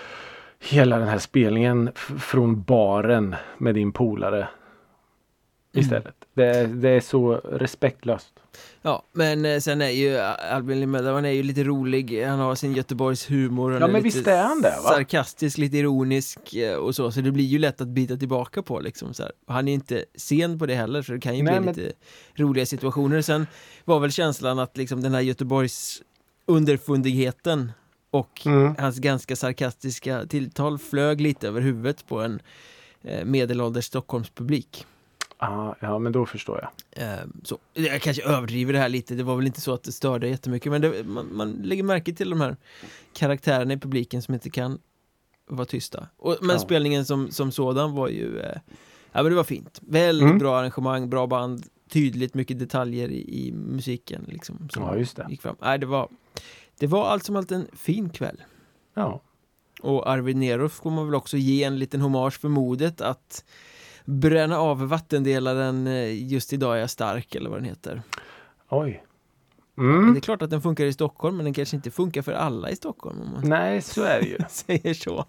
hela den här spelningen från baren med din polare istället. Det är så respektlöst. Ja, men sen är ju Albin Limella, han är ju lite rolig. Han har sin Göteborgs humor. Han ja, är men lite visst är han det, va? sarkastisk, lite ironisk och så det blir ju lätt att bita tillbaka på liksom så här. Han är inte sen på det heller, så det kan ju bli lite roliga situationer. Sen var väl känslan att liksom den här Göteborgs underfundigheten och hans ganska sarkastiska tilltal flög lite över huvudet på en medelålders Stockholmspublik. Ja, men då förstår jag. Så jag kanske överdriver det här lite. Det var väl inte så att det störde jättemycket, men man lägger märke till de här karaktärerna i publiken som inte kan vara tysta. Men spelningen som sådan var ju men det var fint. Väldigt bra arrangemang, bra band, tydligt mycket detaljer i musiken liksom, som just det. Gick fram. Nej, det var allt som allt en fin kväll. Ja. Och Arvid Nerov får man väl också ge en liten hommage för modet att bränna av vattendelaren just idag är jag stark, eller vad den heter. Oj. Det är klart att den funkar i Stockholm, men den kanske inte funkar för alla i Stockholm. Om man nej, så är det ju. säger så.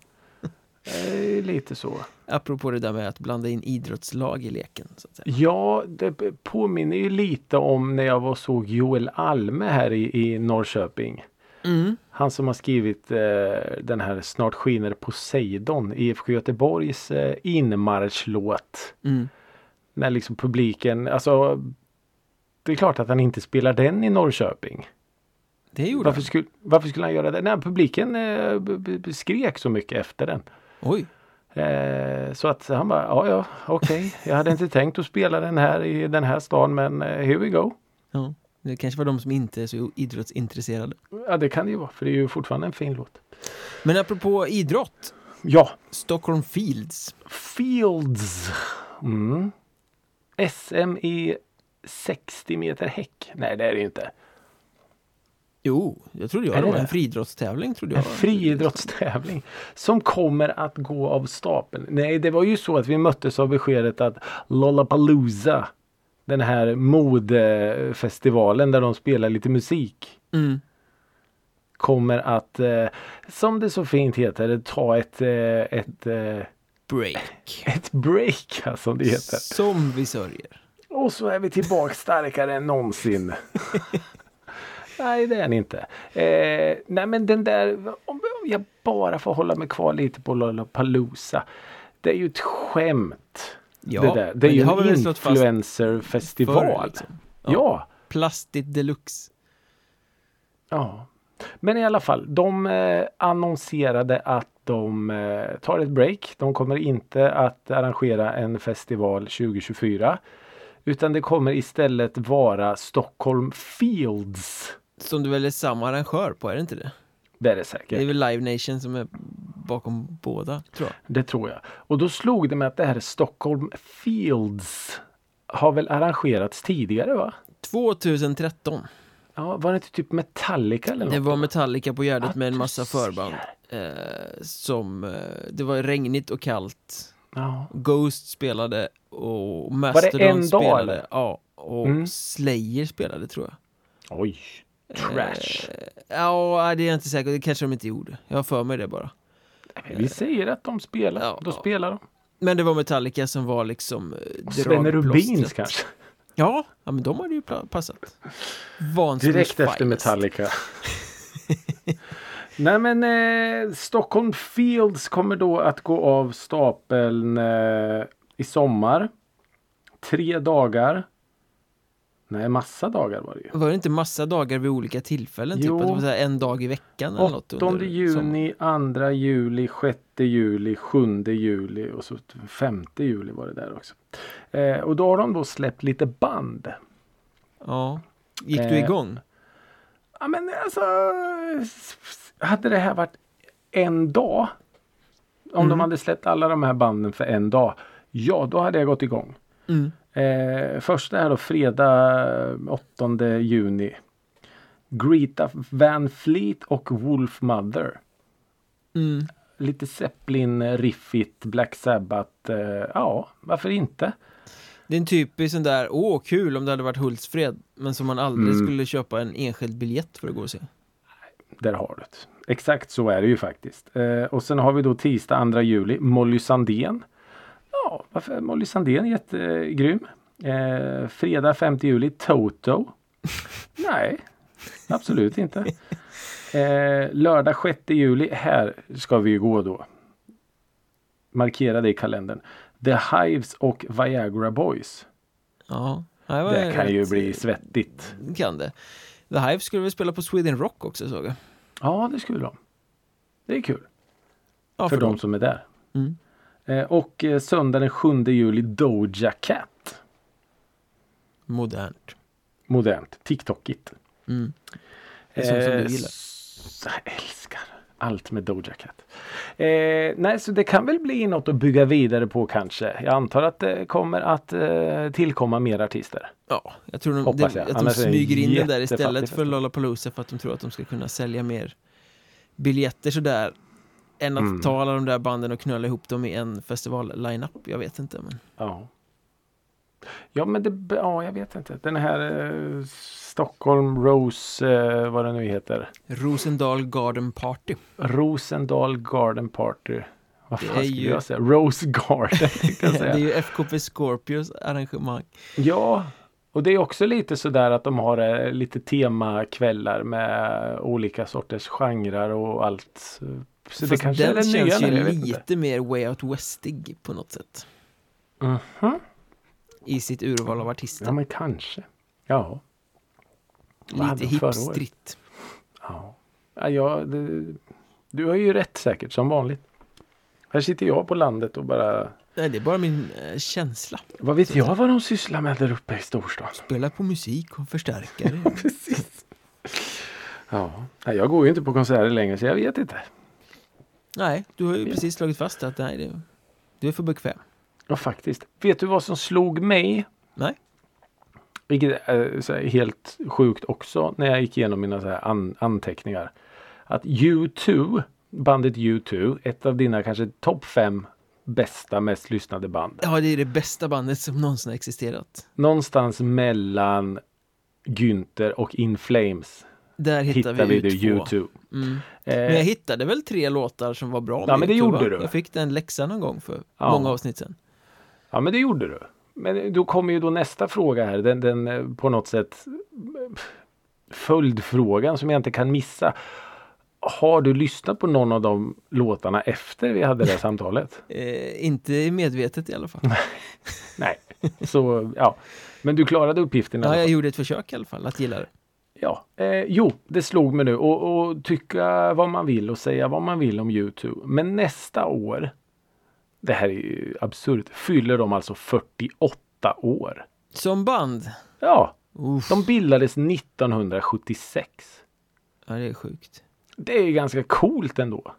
Det är lite så. Apropå det där med att blanda in idrottslag i leken. Så att säga. Ja, det påminner ju lite om när jag såg Joel Alme här i Norrköping. Han som har skrivit den här Snart skiner Poseidon, IFK Göteborgs inmarschlåt. När liksom publiken, alltså det är klart att han inte spelar den i Norrköping. Det gjorde varför skulle han göra det? Nej, publiken skrek så mycket efter den. Oj. Så att han bara, okej. Jag hade inte tänkt att spela den här i den här stan, men here we go. Ja. Det kanske var de som inte är så idrottsintresserade. Ja, det kan det ju vara, för det är ju fortfarande en fin låt. Men apropå idrott. Ja. Stockholm Fields. SM i 60 meter häck. Nej, det är det inte. Jo, jag trodde det var en friidrottstävling. En friidrottstävling som kommer att gå av stapeln. Nej, det var ju så att vi möttes av beskedet att Lollapalooza, den här modefestivalen där de spelar lite musik, kommer att, som det så fint heter, ta ett break. Ett break, som det heter. Som vi sörjer. Och så är vi tillbaka starkare än någonsin. Nej, det är den inte. Nej, men den där, om jag bara får hålla mig kvar lite på Lollapalooza. Det är ju ett skämt. Ja, det är ju en influencerfestival. Liksom. Ja. Plastigt deluxe. Ja. Men i alla fall, de annonserade att de tar ett break. De kommer inte att arrangera en festival 2024. Utan det kommer istället vara Stockholm Fields. Som du väl är samma arrangör på, är det inte det? Det är det säkert. Det är väl Live Nation som är bakom båda, tror jag. Det tror jag. Och då slog det mig att det här Stockholm Fields har väl arrangerats tidigare, va? 2013. Ja, var det inte typ Metallica eller något? Det var Metallica på Gärdet med en massa förband. Det var regnigt och kallt. Ja. Ghost spelade och Mastodon spelade. Eller? Ja, och Slayer spelade, tror jag. Oj, trash. Ja, det är jag inte säker. Det kanske de inte gjorde. Jag har för mig det bara. Vi säger att de spelar. Ja, då spelar de. Men det var Metallica som var liksom Svenne Rubins kanske. Ja, men de hade ju passat. Direkt efter Metallica. Nej, men Stockholm Fields kommer då att gå av stapeln i sommar. 3 dagar. Nej, massa dagar var det ju. Var det inte massa dagar vid olika tillfällen? Jo. Typ att det var så här en dag i veckan eller något? 8 juni, 2 juli, 6 juli, 7 juli och så 5 juli var det där också. Och då har de då släppt lite band. Ja. Gick du igång? Ja, men alltså, hade det här varit en dag, om de hade släppt alla de här banden för en dag, ja, då hade jag gått igång. Första är då fredag 8 juni. Greta Van Fleet och Wolf Mother. Lite Zeppelin-riffigt, Black Sabbath. Ja, varför inte? Det är en typisk sån där, kul om det hade varit Hultsfred, men som man aldrig skulle köpa en enskild biljett för att gå och se. Där har du det. Exakt så är det ju faktiskt. Och sen har vi då tisdag 2 juli, Molly Sandén. Ja, varför Molly Sandén är jättegrym. Fredag 5 juli, Toto. Nej, absolut inte. Lördag 6 juli, här ska vi ju gå då. Markera det i kalendern. The Hives och Viagra Boys. Ja, det kan ju bli svettigt. Kan det. The Hives skulle väl spela på Sweden Rock också, såg jag. Ja, det skulle de. Det är kul. Ja, för de som är där. Och söndag den 7 juli, Doja Cat. Modernt. TikTokigt. Det är sånt som du gillar. Jag älskar allt med Doja Cat. Nej, så det kan väl bli något att bygga vidare på kanske. Jag antar att det kommer att tillkomma mer artister. Ja, jag tror att de smyger in den där istället för Lollapalooza, för att de tror att de ska kunna sälja mer biljetter sådär än att ta alla de där banden och knöla ihop dem i en festival-line-up. Jag vet inte. Men... Ja, men jag vet inte. Den här Stockholm Rose, vad det nu heter. Rosendal Garden Party. Vad fan skulle jag säga? Rose Garden. Det är ju FKP Scorpios arrangemang. Ja, och det är också lite sådär att de har lite temakvällar med olika sorters genrer och allt. Så fast det kanske den är det nya. Känns ju lite mer Way Out Westig på något sätt. I sitt urval av artister. Ja, men kanske. Ja. Lite hipstritt. Ja, du har ju rätt säkert, som vanligt. Här sitter jag på landet och bara... Nej, det är bara min känsla. Vad vet jag vad de sysslar med där uppe i storstan? Spela på musik och förstärkare. Ja, precis. Ja, jag går ju inte på konserter längre, så jag vet inte. Nej, du har ju precis slagit fast att du är för bekväm. Ja, faktiskt. Vet du vad som slog mig? Nej. Vilket är helt sjukt också när jag gick igenom mina så här anteckningar. Att bandet U2, ett av dina kanske topp 5 bästa, mest lyssnade band. Ja, det är det bästa bandet som någonsin har existerat. Någonstans mellan Günther och In Flames. Där hittar vi det U2. Men jag hittade väl 3 låtar som var bra. Ja, men det gjorde du. Jag fick den läxan någon gång för många avsnitt sedan. Ja, men det gjorde du. Men då kommer ju då nästa fråga här. Den på något sätt följdfrågan som jag inte kan missa. Har du lyssnat på någon av de låtarna efter vi hade det här samtalet? Inte medvetet i alla fall. Nej, så ja. Men du klarade uppgiften i alla fall. Jag gjorde ett försök i alla fall att gilla det. Ja, det slog mig nu. Och tycka vad man vill och säga vad man vill om U2. Men nästa år, det här är ju absurt, fyller de alltså 48 år. Som band? Ja, de bildades 1976. Ja, det är sjukt. Det är ganska coolt ändå.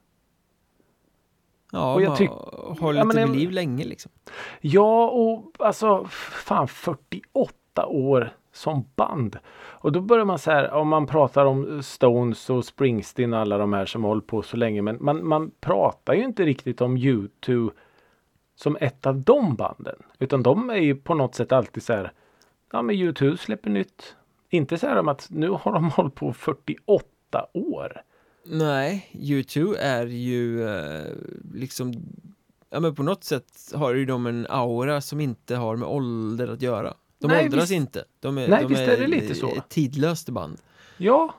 Ja, och jag håller lite vid liv länge liksom. Ja, och alltså fan 48 år som band. Och då börjar man så här, om man pratar om Stones och Springsteen och alla de här som har hållit på så länge, men man pratar ju inte riktigt om U2 som ett av de banden. Utan de är ju på något sätt alltid så här, ja men U2 släpper nytt. Inte så här om att nu har de hållit på 48 år. Nej, U2 är ju liksom, ja men på något sätt har ju de en aura som inte har med ålder att göra. De åldras inte. De är det lite så. Ett tidlöst band. Ja.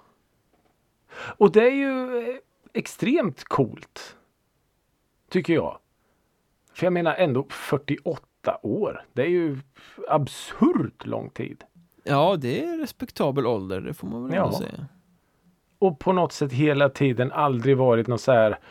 Och det är ju extremt coolt. Tycker jag. För jag menar ändå 48 år. Det är ju absurt lång tid. Ja, det är respektabel ålder. Det får man väl ändå säga. Och på något sätt hela tiden aldrig varit något så här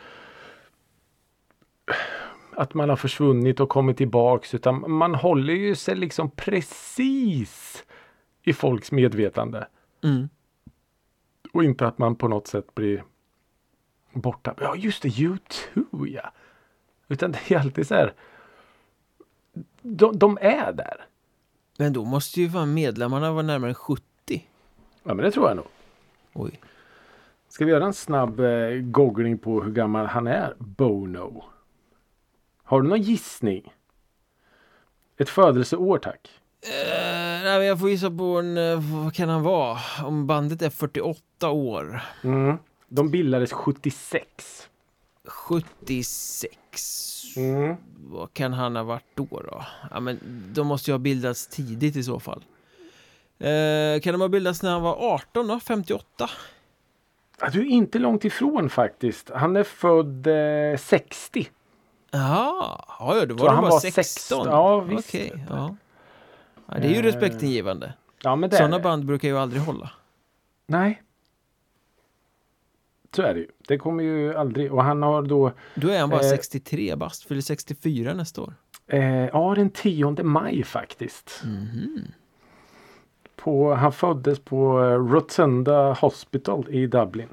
att man har försvunnit och kommit tillbaks, utan man håller ju sig liksom precis i folks medvetande. Och inte att man på något sätt blir borta. Ja, just det, U2, ja. Utan det är alltid så här, de är där. Men då måste ju fan medlemmarna vara närmare 70. Ja, men det tror jag nog. Oj. Ska vi göra en snabb googling på hur gammal han är, Bono? Har du någon gissning? Ett födelseår, tack. Nej, jag får gissa på vad kan han vara? Om bandet är 48 år. De bildades 76. 76. Mm. Vad kan han ha varit då? Ja, men de måste ju ha bildats tidigt i så fall. Kan de ha bildats när han var 18 då? 58? Ja, du är inte långt ifrån faktiskt. Han är född 60. Ja, då var Så han han bara var 16. Ja, visst. Okej, ja. Ja, det är ju respektingivande. Ja, men det Sådana är det. band brukar ju aldrig hålla. Nej. Så är det ju. Det kommer ju aldrig. Och han har då... Då är han bara 63 bast. Fyller 64 nästa år. Ja, den 10 maj faktiskt. Mhm. Han föddes på Rotunda Hospital i Dublin.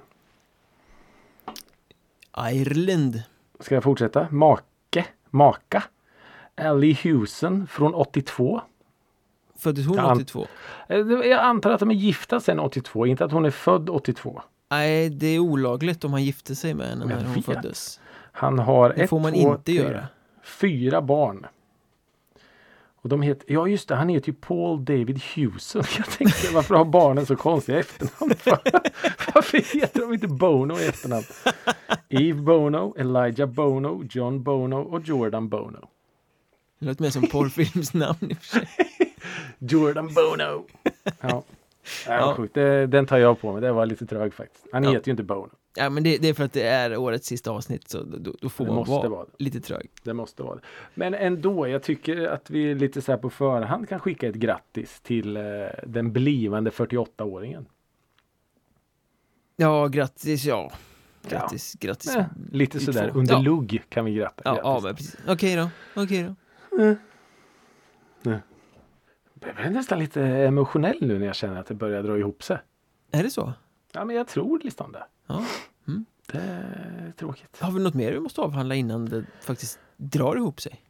Ireland. Ska jag fortsätta? Maka. Ellie Hewson från 82. Föddes hon 82? Jag antar att de är gifta sedan 82. Inte att hon är född 82. Nej, det är olagligt om han gifte sig med henne när hon vet. föddes. Han har Det får man inte göra. 4 barn. Och de heter, ja just det, han heter ju Paul David Hewson. Jag tänkte, varför har barnen så konstiga efternamn? Varför heter de inte Bono i efternamn? Eve Bono, Elijah Bono, John Bono och Jordan Bono. Det låter mer som porrfilmsnamn i och för sig. Jordan Bono. Ja. Ja. Sjukt. Den tar jag på mig. Det var lite trög faktiskt. Han heter ju inte Bono. Ja, men det är för att det är årets sista avsnitt, så då får Det man måste vara det. lite trög. Det måste vara det. Men ändå, jag tycker att vi lite så här på förhand kan skicka ett grattis till den blivande 48-åringen. Ja, grattis, ja. Grattis. Lite sådär under lugg kan vi gratta. Ja, men precis. Okej då. Jag är nästan lite emotionell nu när jag känner att det börjar dra ihop sig. Är det så? Ja, men jag tror listan där. Ja. Det är tråkigt. Har vi något mer vi måste avhandla innan det faktiskt drar ihop sig?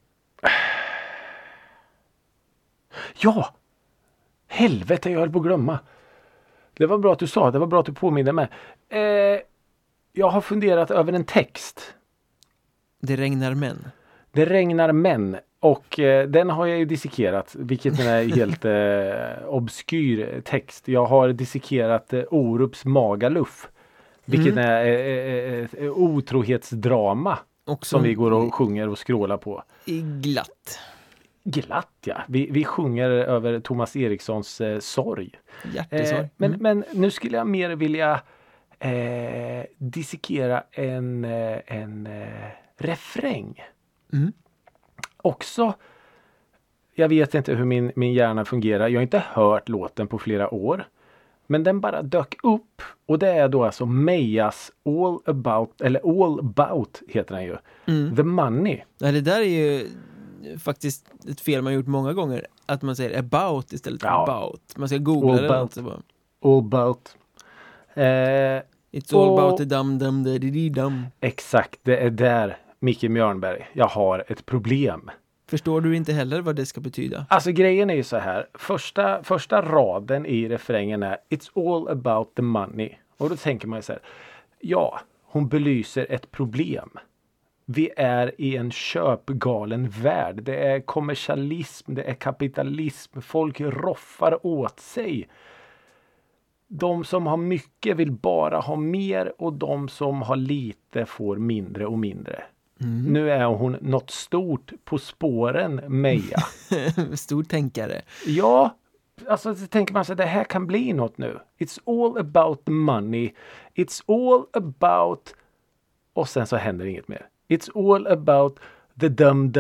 Ja! Helvete, jag höll på att glömma. Det var bra att du sa. Det var bra att du påminner mig. Jag har funderat över en text. Det regnar män. Det regnar män. Och den har jag ju dissekerat. Vilket är en helt obskyr text. Jag har dissekerat Orups Magaluf. Vilket är otrohetsdrama. Också som vi går och sjunger och skrålar på. I glatt. Glatt, ja. Vi sjunger över Thomas Erikssons sorg. Hjärtesorg. Men nu skulle jag mer vilja dissekera en refräng. Också, jag vet inte hur min hjärna fungerar. Jag har inte hört låten på flera år. Men den bara dök upp. Och det är då alltså Meyas All About heter den ju. The Money. Nej, det där är ju faktiskt ett fel man gjort många gånger. Att man säger about istället för about. Man ska googla all det. about. Bara. All about. It's all about the dum. Exakt, det är där Micke Mjörnberg. Jag har ett problem. Förstår du inte heller vad det ska betyda? Alltså grejen är ju så här. Första raden i refrängen är It's all about the money. Och då tänker man ju så här. Ja, hon belyser ett problem. Vi är i en köpgalen värld. Det är kommersialism, det är kapitalism. Folk roffar åt sig. De som har mycket vill bara ha mer och de som har lite får mindre och mindre. Nu är hon något stort på spåren, Meja. Stor tänkare. Ja, alltså så tänker man sig det här kan bli något nu. It's all about the money. It's all about... Och sen så händer inget mer. It's all about the dum.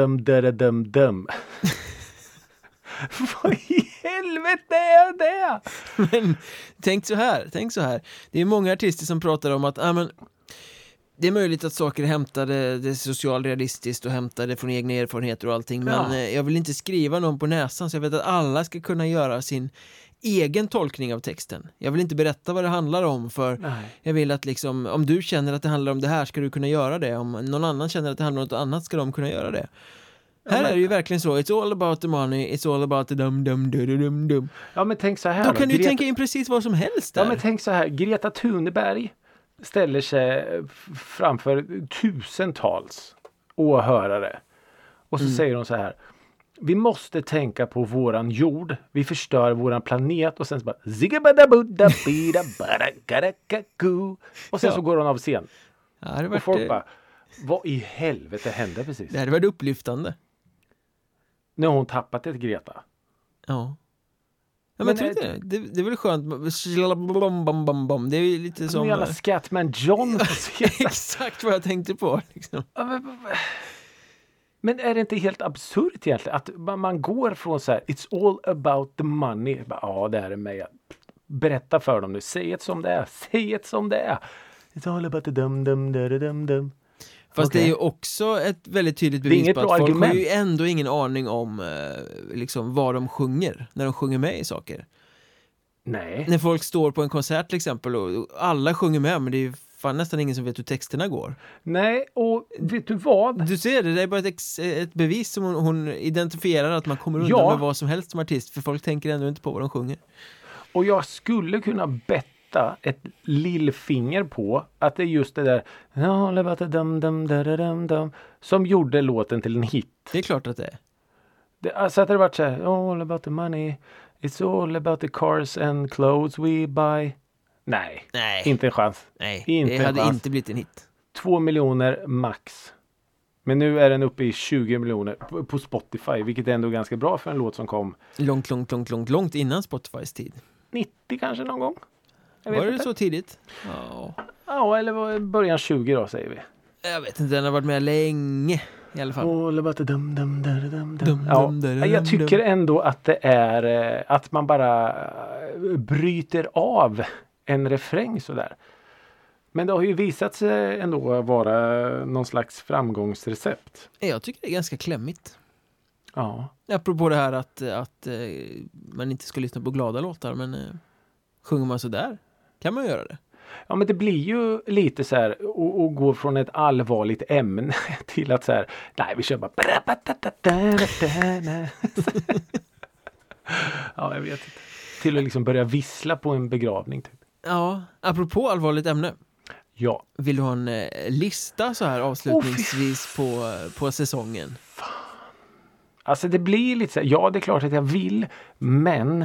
Vad i helvete är det? Men tänk så här. Det är många artister som pratar om att det är möjligt att saker är hämtade, det är socialrealistiskt och hämtade från egna erfarenheter och allting. Men jag vill inte skriva någon på näsan så jag vet att alla ska kunna göra sin egen tolkning av texten. Jag vill inte berätta vad det handlar om för jag vill att liksom, om du känner att det handlar om det här ska du kunna göra det. Om någon annan känner att det handlar om något annat ska de kunna göra det. Här är det ju verkligen så. It's all about the money, it's all about the dum. Ja, men tänk så här. Då kan du tänka in precis vad som helst där. Ja, men tänk så här. Greta Thunberg ställer sig framför tusentals åhörare. Och så säger hon så här. Vi måste tänka på våran jord. Vi förstör våran planet. Och sen så bara... Och sen så går hon av scen. Ja, det och folk bara... Vad i helvete hände precis? Det hade varit upplyftande. Nu har hon tappat ett Greta. Ja. Ja, men jag tror inte det är väl skönt. Det är ju lite som... jävla Scatman John. Exakt vad jag tänkte på. Liksom. Men är det inte helt absurt egentligen? Att man går från så här, it's all about the money. Ja, det här är mig. Berätta för dem nu. Säg det som det är. Säg det som det är. It's all about the dum. Fast det är ju också ett väldigt tydligt bevis på att folk har ju ändå ingen aning om liksom vad de sjunger när de sjunger med i saker. Nej. När folk står på en konsert till exempel och alla sjunger med, men det är ju fan nästan ingen som vet hur texterna går. Nej, och vet du vad? Du ser det är bara ett bevis som hon identifierar att man kommer undan med vad som helst som artist, för folk tänker ändå inte på vad de sjunger. Och jag skulle kunna betta ett lillfinger på att det är just det där som gjorde låten till en hit. Det är klart att det är. Alltså att det varit så här, all about the money, it's all about the cars and clothes we buy. Nej. Inte en chans. Nej, inte det hade inte blivit en hit. 2 miljoner max. Men nu är den uppe i 20 miljoner på Spotify, vilket är ändå ganska bra för en låt som kom långt innan Spotifys tid. 90 kanske någon gång. Var det inte så tidigt? Ja, eller början 20 då säger vi. Jag vet inte, den har varit med länge i alla fall. Jag tycker ändå att det är att man bara bryter av en refräng sådär. Men det har ju visat sig ändå vara någon slags framgångsrecept. Jag tycker det är ganska klämmigt. Ja. Apropå det här att man inte ska lyssna på glada låtar, men sjunger man så där kan man göra det. Ja, men det blir ju lite så här att gå från ett allvarligt ämne till att så här, nej, vi kör bara ja, jag vet inte. Till att liksom börja vissla på en begravning typ. Ja, apropå allvarligt ämne. Ja. Vill du ha en lista så här avslutningsvis på säsongen? Fan. Alltså det blir lite så här, ja, det är klart att jag vill, men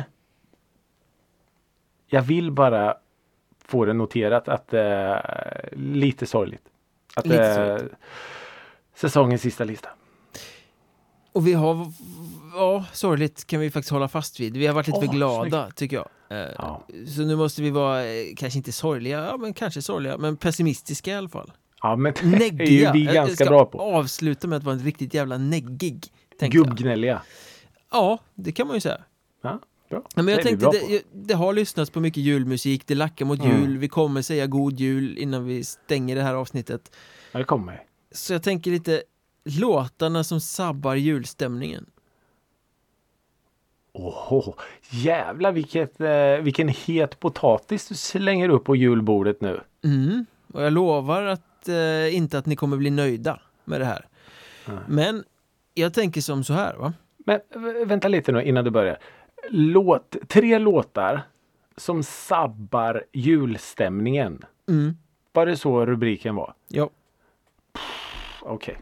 jag vill bara få det noterat att lite sorgligt. Att säsongens sista lista. Och vi har, sorgligt kan vi faktiskt hålla fast vid. Vi har varit lite för glada, tycker jag. Så nu måste vi vara, kanske inte sorgliga, men kanske sorgliga, men pessimistiska i alla fall. Ja, men det är ju vi ganska bra på. Avsluta med att vara en riktigt jävla neggig. Gubbgnälliga. Ja, det kan man ju säga. Ja, bra. Men jag tänkte, det har lyssnats på mycket julmusik, det lackar mot jul, vi kommer säga god jul innan vi stänger det här avsnittet. Ja, det kommer. Så jag tänker lite låtarna som sabbar julstämningen. Jävlar vilken het potatis du slänger upp på julbordet nu. Och jag lovar att inte att ni kommer bli nöjda med det här. Men jag tänker som så här, va? Men vänta lite nu innan du börjar. 3 låtar som sabbar julstämningen. Var det så rubriken var? Ja. Okej.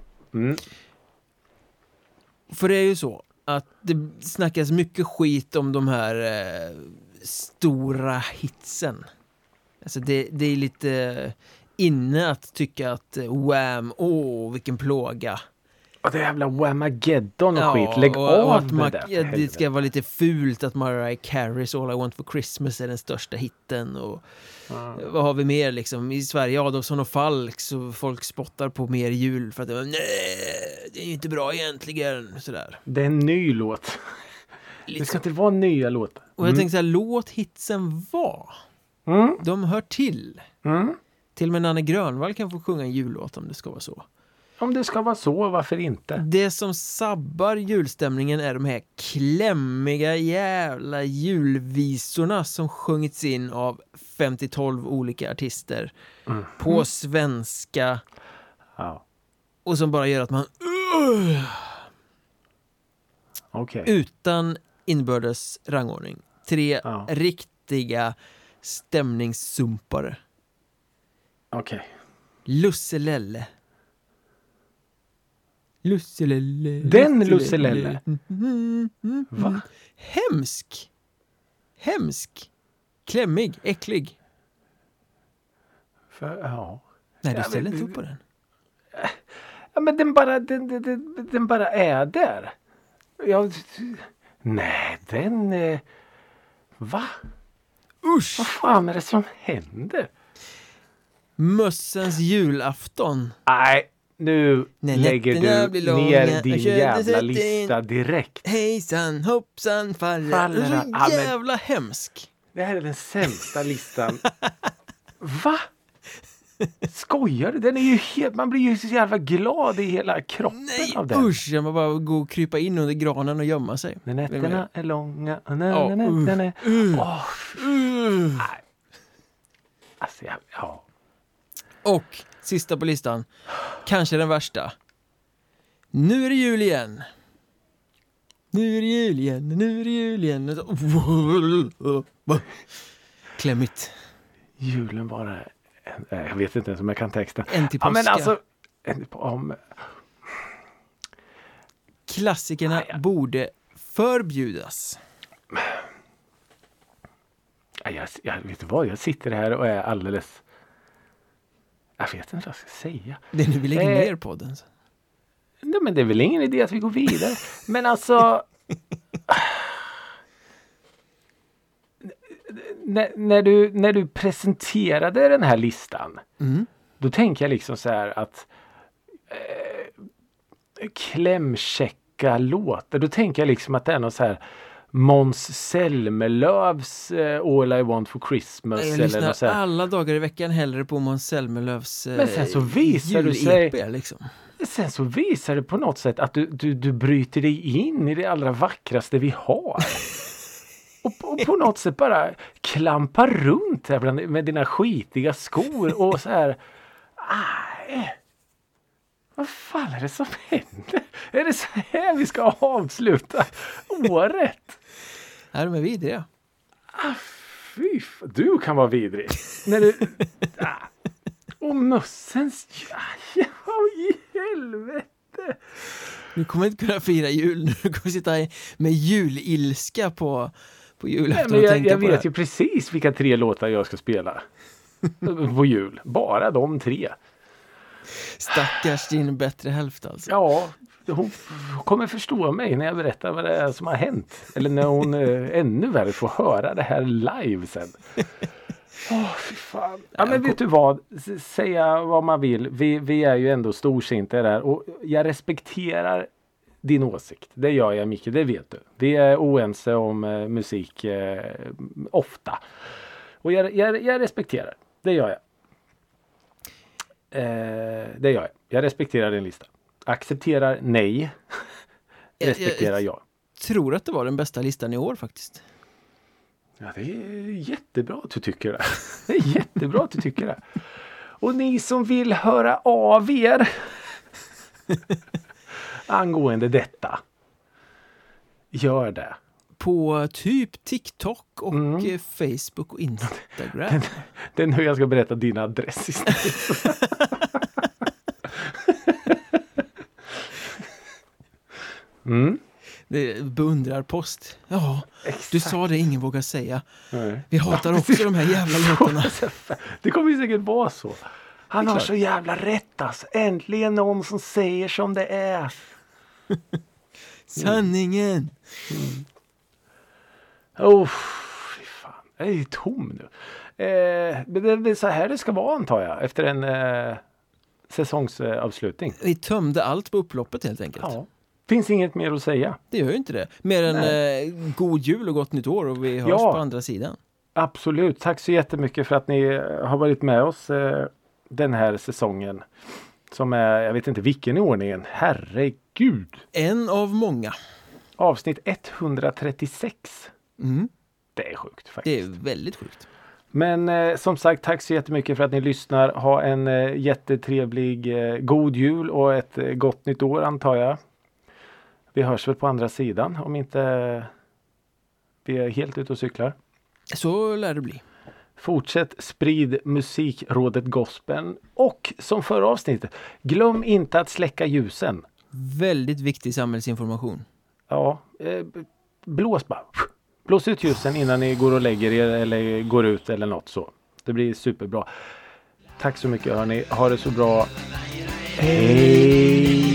För det är ju så att det snackas mycket skit om de här stora hitsen. Alltså det är lite inne att tycka att Wham, vilken plåga. Och det jävla Whamageddon och skit. Lägg av med det. Det ska vara lite fult att Mariah Carey's All I Want For Christmas är den största hitten. Och vad har vi mer liksom? I Sverige, Adolfsson och Falk, så folk spottar på mer jul för att nej, det är ju inte bra egentligen. Sådär. Det är en ny låt. Det ska inte vara nya låtar. Och jag tänkte så här, låt hitsen vara. De hör till. Till och med Nanne Grönvall kan få sjunga en jullåt om det ska vara så. Om det ska vara så, varför inte? Det som sabbar julstämningen är de här klämmiga jävla julvisorna som sjungits in av 50-12 olika artister på svenska. Ja. Och som bara gör att man Okej. Utan inbördes rangordning. 3 Ja. riktiga stämningssumpare. Okej. Lusselelle. Lusselelle. Den Lusselelle. Va? Hemsk. Klämmig. Äcklig. Ja. Nej, du Ja, ställer men- inte upp på den. Ja, men den bara är där. Nej, den... Va? Usch! Vad fan är det som händer? Mössens julafton. Nej, nu När lägger nätterna du blir långa ner din och köttet jävla sätter lista direkt. Hejsan, hoppsan, faller. Faller. Så Ja, men- jävla hemsk. Det här är den sämsta listan. Va? Skojar du? Den är ju helt, man blir ju så jävla glad i hela kroppen Nej, av den. usch. Jag må bara gå och krypa in under granen och gömma sig. När nätterna är långa. Ja, Nej. Alltså, ja. Och sista på listan. Kanske den värsta. Nu är det jul igen. Nu är det jul igen. Nu är det jul igen. Klämmigt. Julen bara... Jag vet inte ens om jag kan texten. En till Ja, påska. men alltså... Klassikerna borde förbjudas. Jag vet inte vad, jag sitter här och är alldeles... Jag vet inte vad jag ska säga. Det är nu vi lägger ner podden. Nej, men det är väl ingen idé att vi går vidare. Men alltså... när du presenterade den här listan, då tänker jag liksom så här att klämkäcka låtar. Då tänker jag liksom att det är något så här Måns Zelmerlöws All I Want for Christmas. Jag eller lyssnar något så här. alla dagar i veckan hellre på Måns Zelmerlöws Men sen så visar du sig... liksom. Sen så visar det på något sätt att du bryter dig in i det allra vackraste vi har. och på något sätt bara klampar runt här med dina skitiga skor och så här. Vad fan är det som händer? Är det så här vi ska avsluta året? Är de är vidriga? Du kan vara vidrig. När du... Och mössens... Ja, i helvete. Nu kommer jag inte kunna fira jul. Nu kommer jag sitta med julilska på julafton och tänka jag på vet det. ju precis vilka 3 låtar jag ska spela på jul. Bara de 3. Stackars din bättre hälft alltså. Ja, hon kommer förstå mig när jag berättar vad det är som har hänt. Eller när hon ännu värre får höra det här live sen. Fy fan. Ja, men vet du vad? Säga vad man vill. Vi är ju ändå storsinta där. Och jag respekterar din åsikt. Det gör jag, Micke. Det vet du. Vi är oense om musik ofta. Och jag respekterar. Det gör jag. Det gör jag. Jag respekterar din lista. Accepterar nej. Respekterar jag. Tror att det var den bästa listan i år faktiskt. Ja, det är jättebra att du tycker det. Det är jättebra att du tycker det. Och ni som vill höra av er angående detta, gör det. På typ TikTok och Facebook och Instagram. Det är nu jag ska berätta din adress istället. Det är beundrarpost. Ja, Exakt. du sa det, ingen vågar säga. Nej. Vi hatar också de här jävla låtarna. Det kommer ju säkert vara så. Han har klart. så jävla rätt alltså. Äntligen någon som säger som det är. Sanningen. Fy fan. Jag är ju tom nu. Men det är så här det ska vara, antar jag. Efter en säsongsavslutning. Vi tömde allt på upploppet helt enkelt. Ja. Finns inget mer att säga. Det gör ju inte det. Mer än god jul och gott nytt år och vi hörs på andra sidan. Absolut. Tack så jättemycket för att ni har varit med oss den här säsongen. Som är, jag vet inte vilken i ordningen. Herregud. En av många. Avsnitt 136. Mm. Det är sjukt faktiskt. Det är väldigt sjukt. Men som sagt, tack så jättemycket för att ni lyssnar. Ha en jättetrevlig god jul och ett gott nytt år, antar jag. Vi hörs väl på andra sidan om inte vi är helt ute och cyklar. Så lär det bli. Fortsätt sprid musikrådet gospeln. Och som förra avsnittet, glöm inte att släcka ljusen. Väldigt viktig samhällsinformation. Ja, blås ut ljusen innan ni går och lägger er eller går ut eller något så. Det blir superbra. Tack så mycket hörni, ha det så bra. Hej!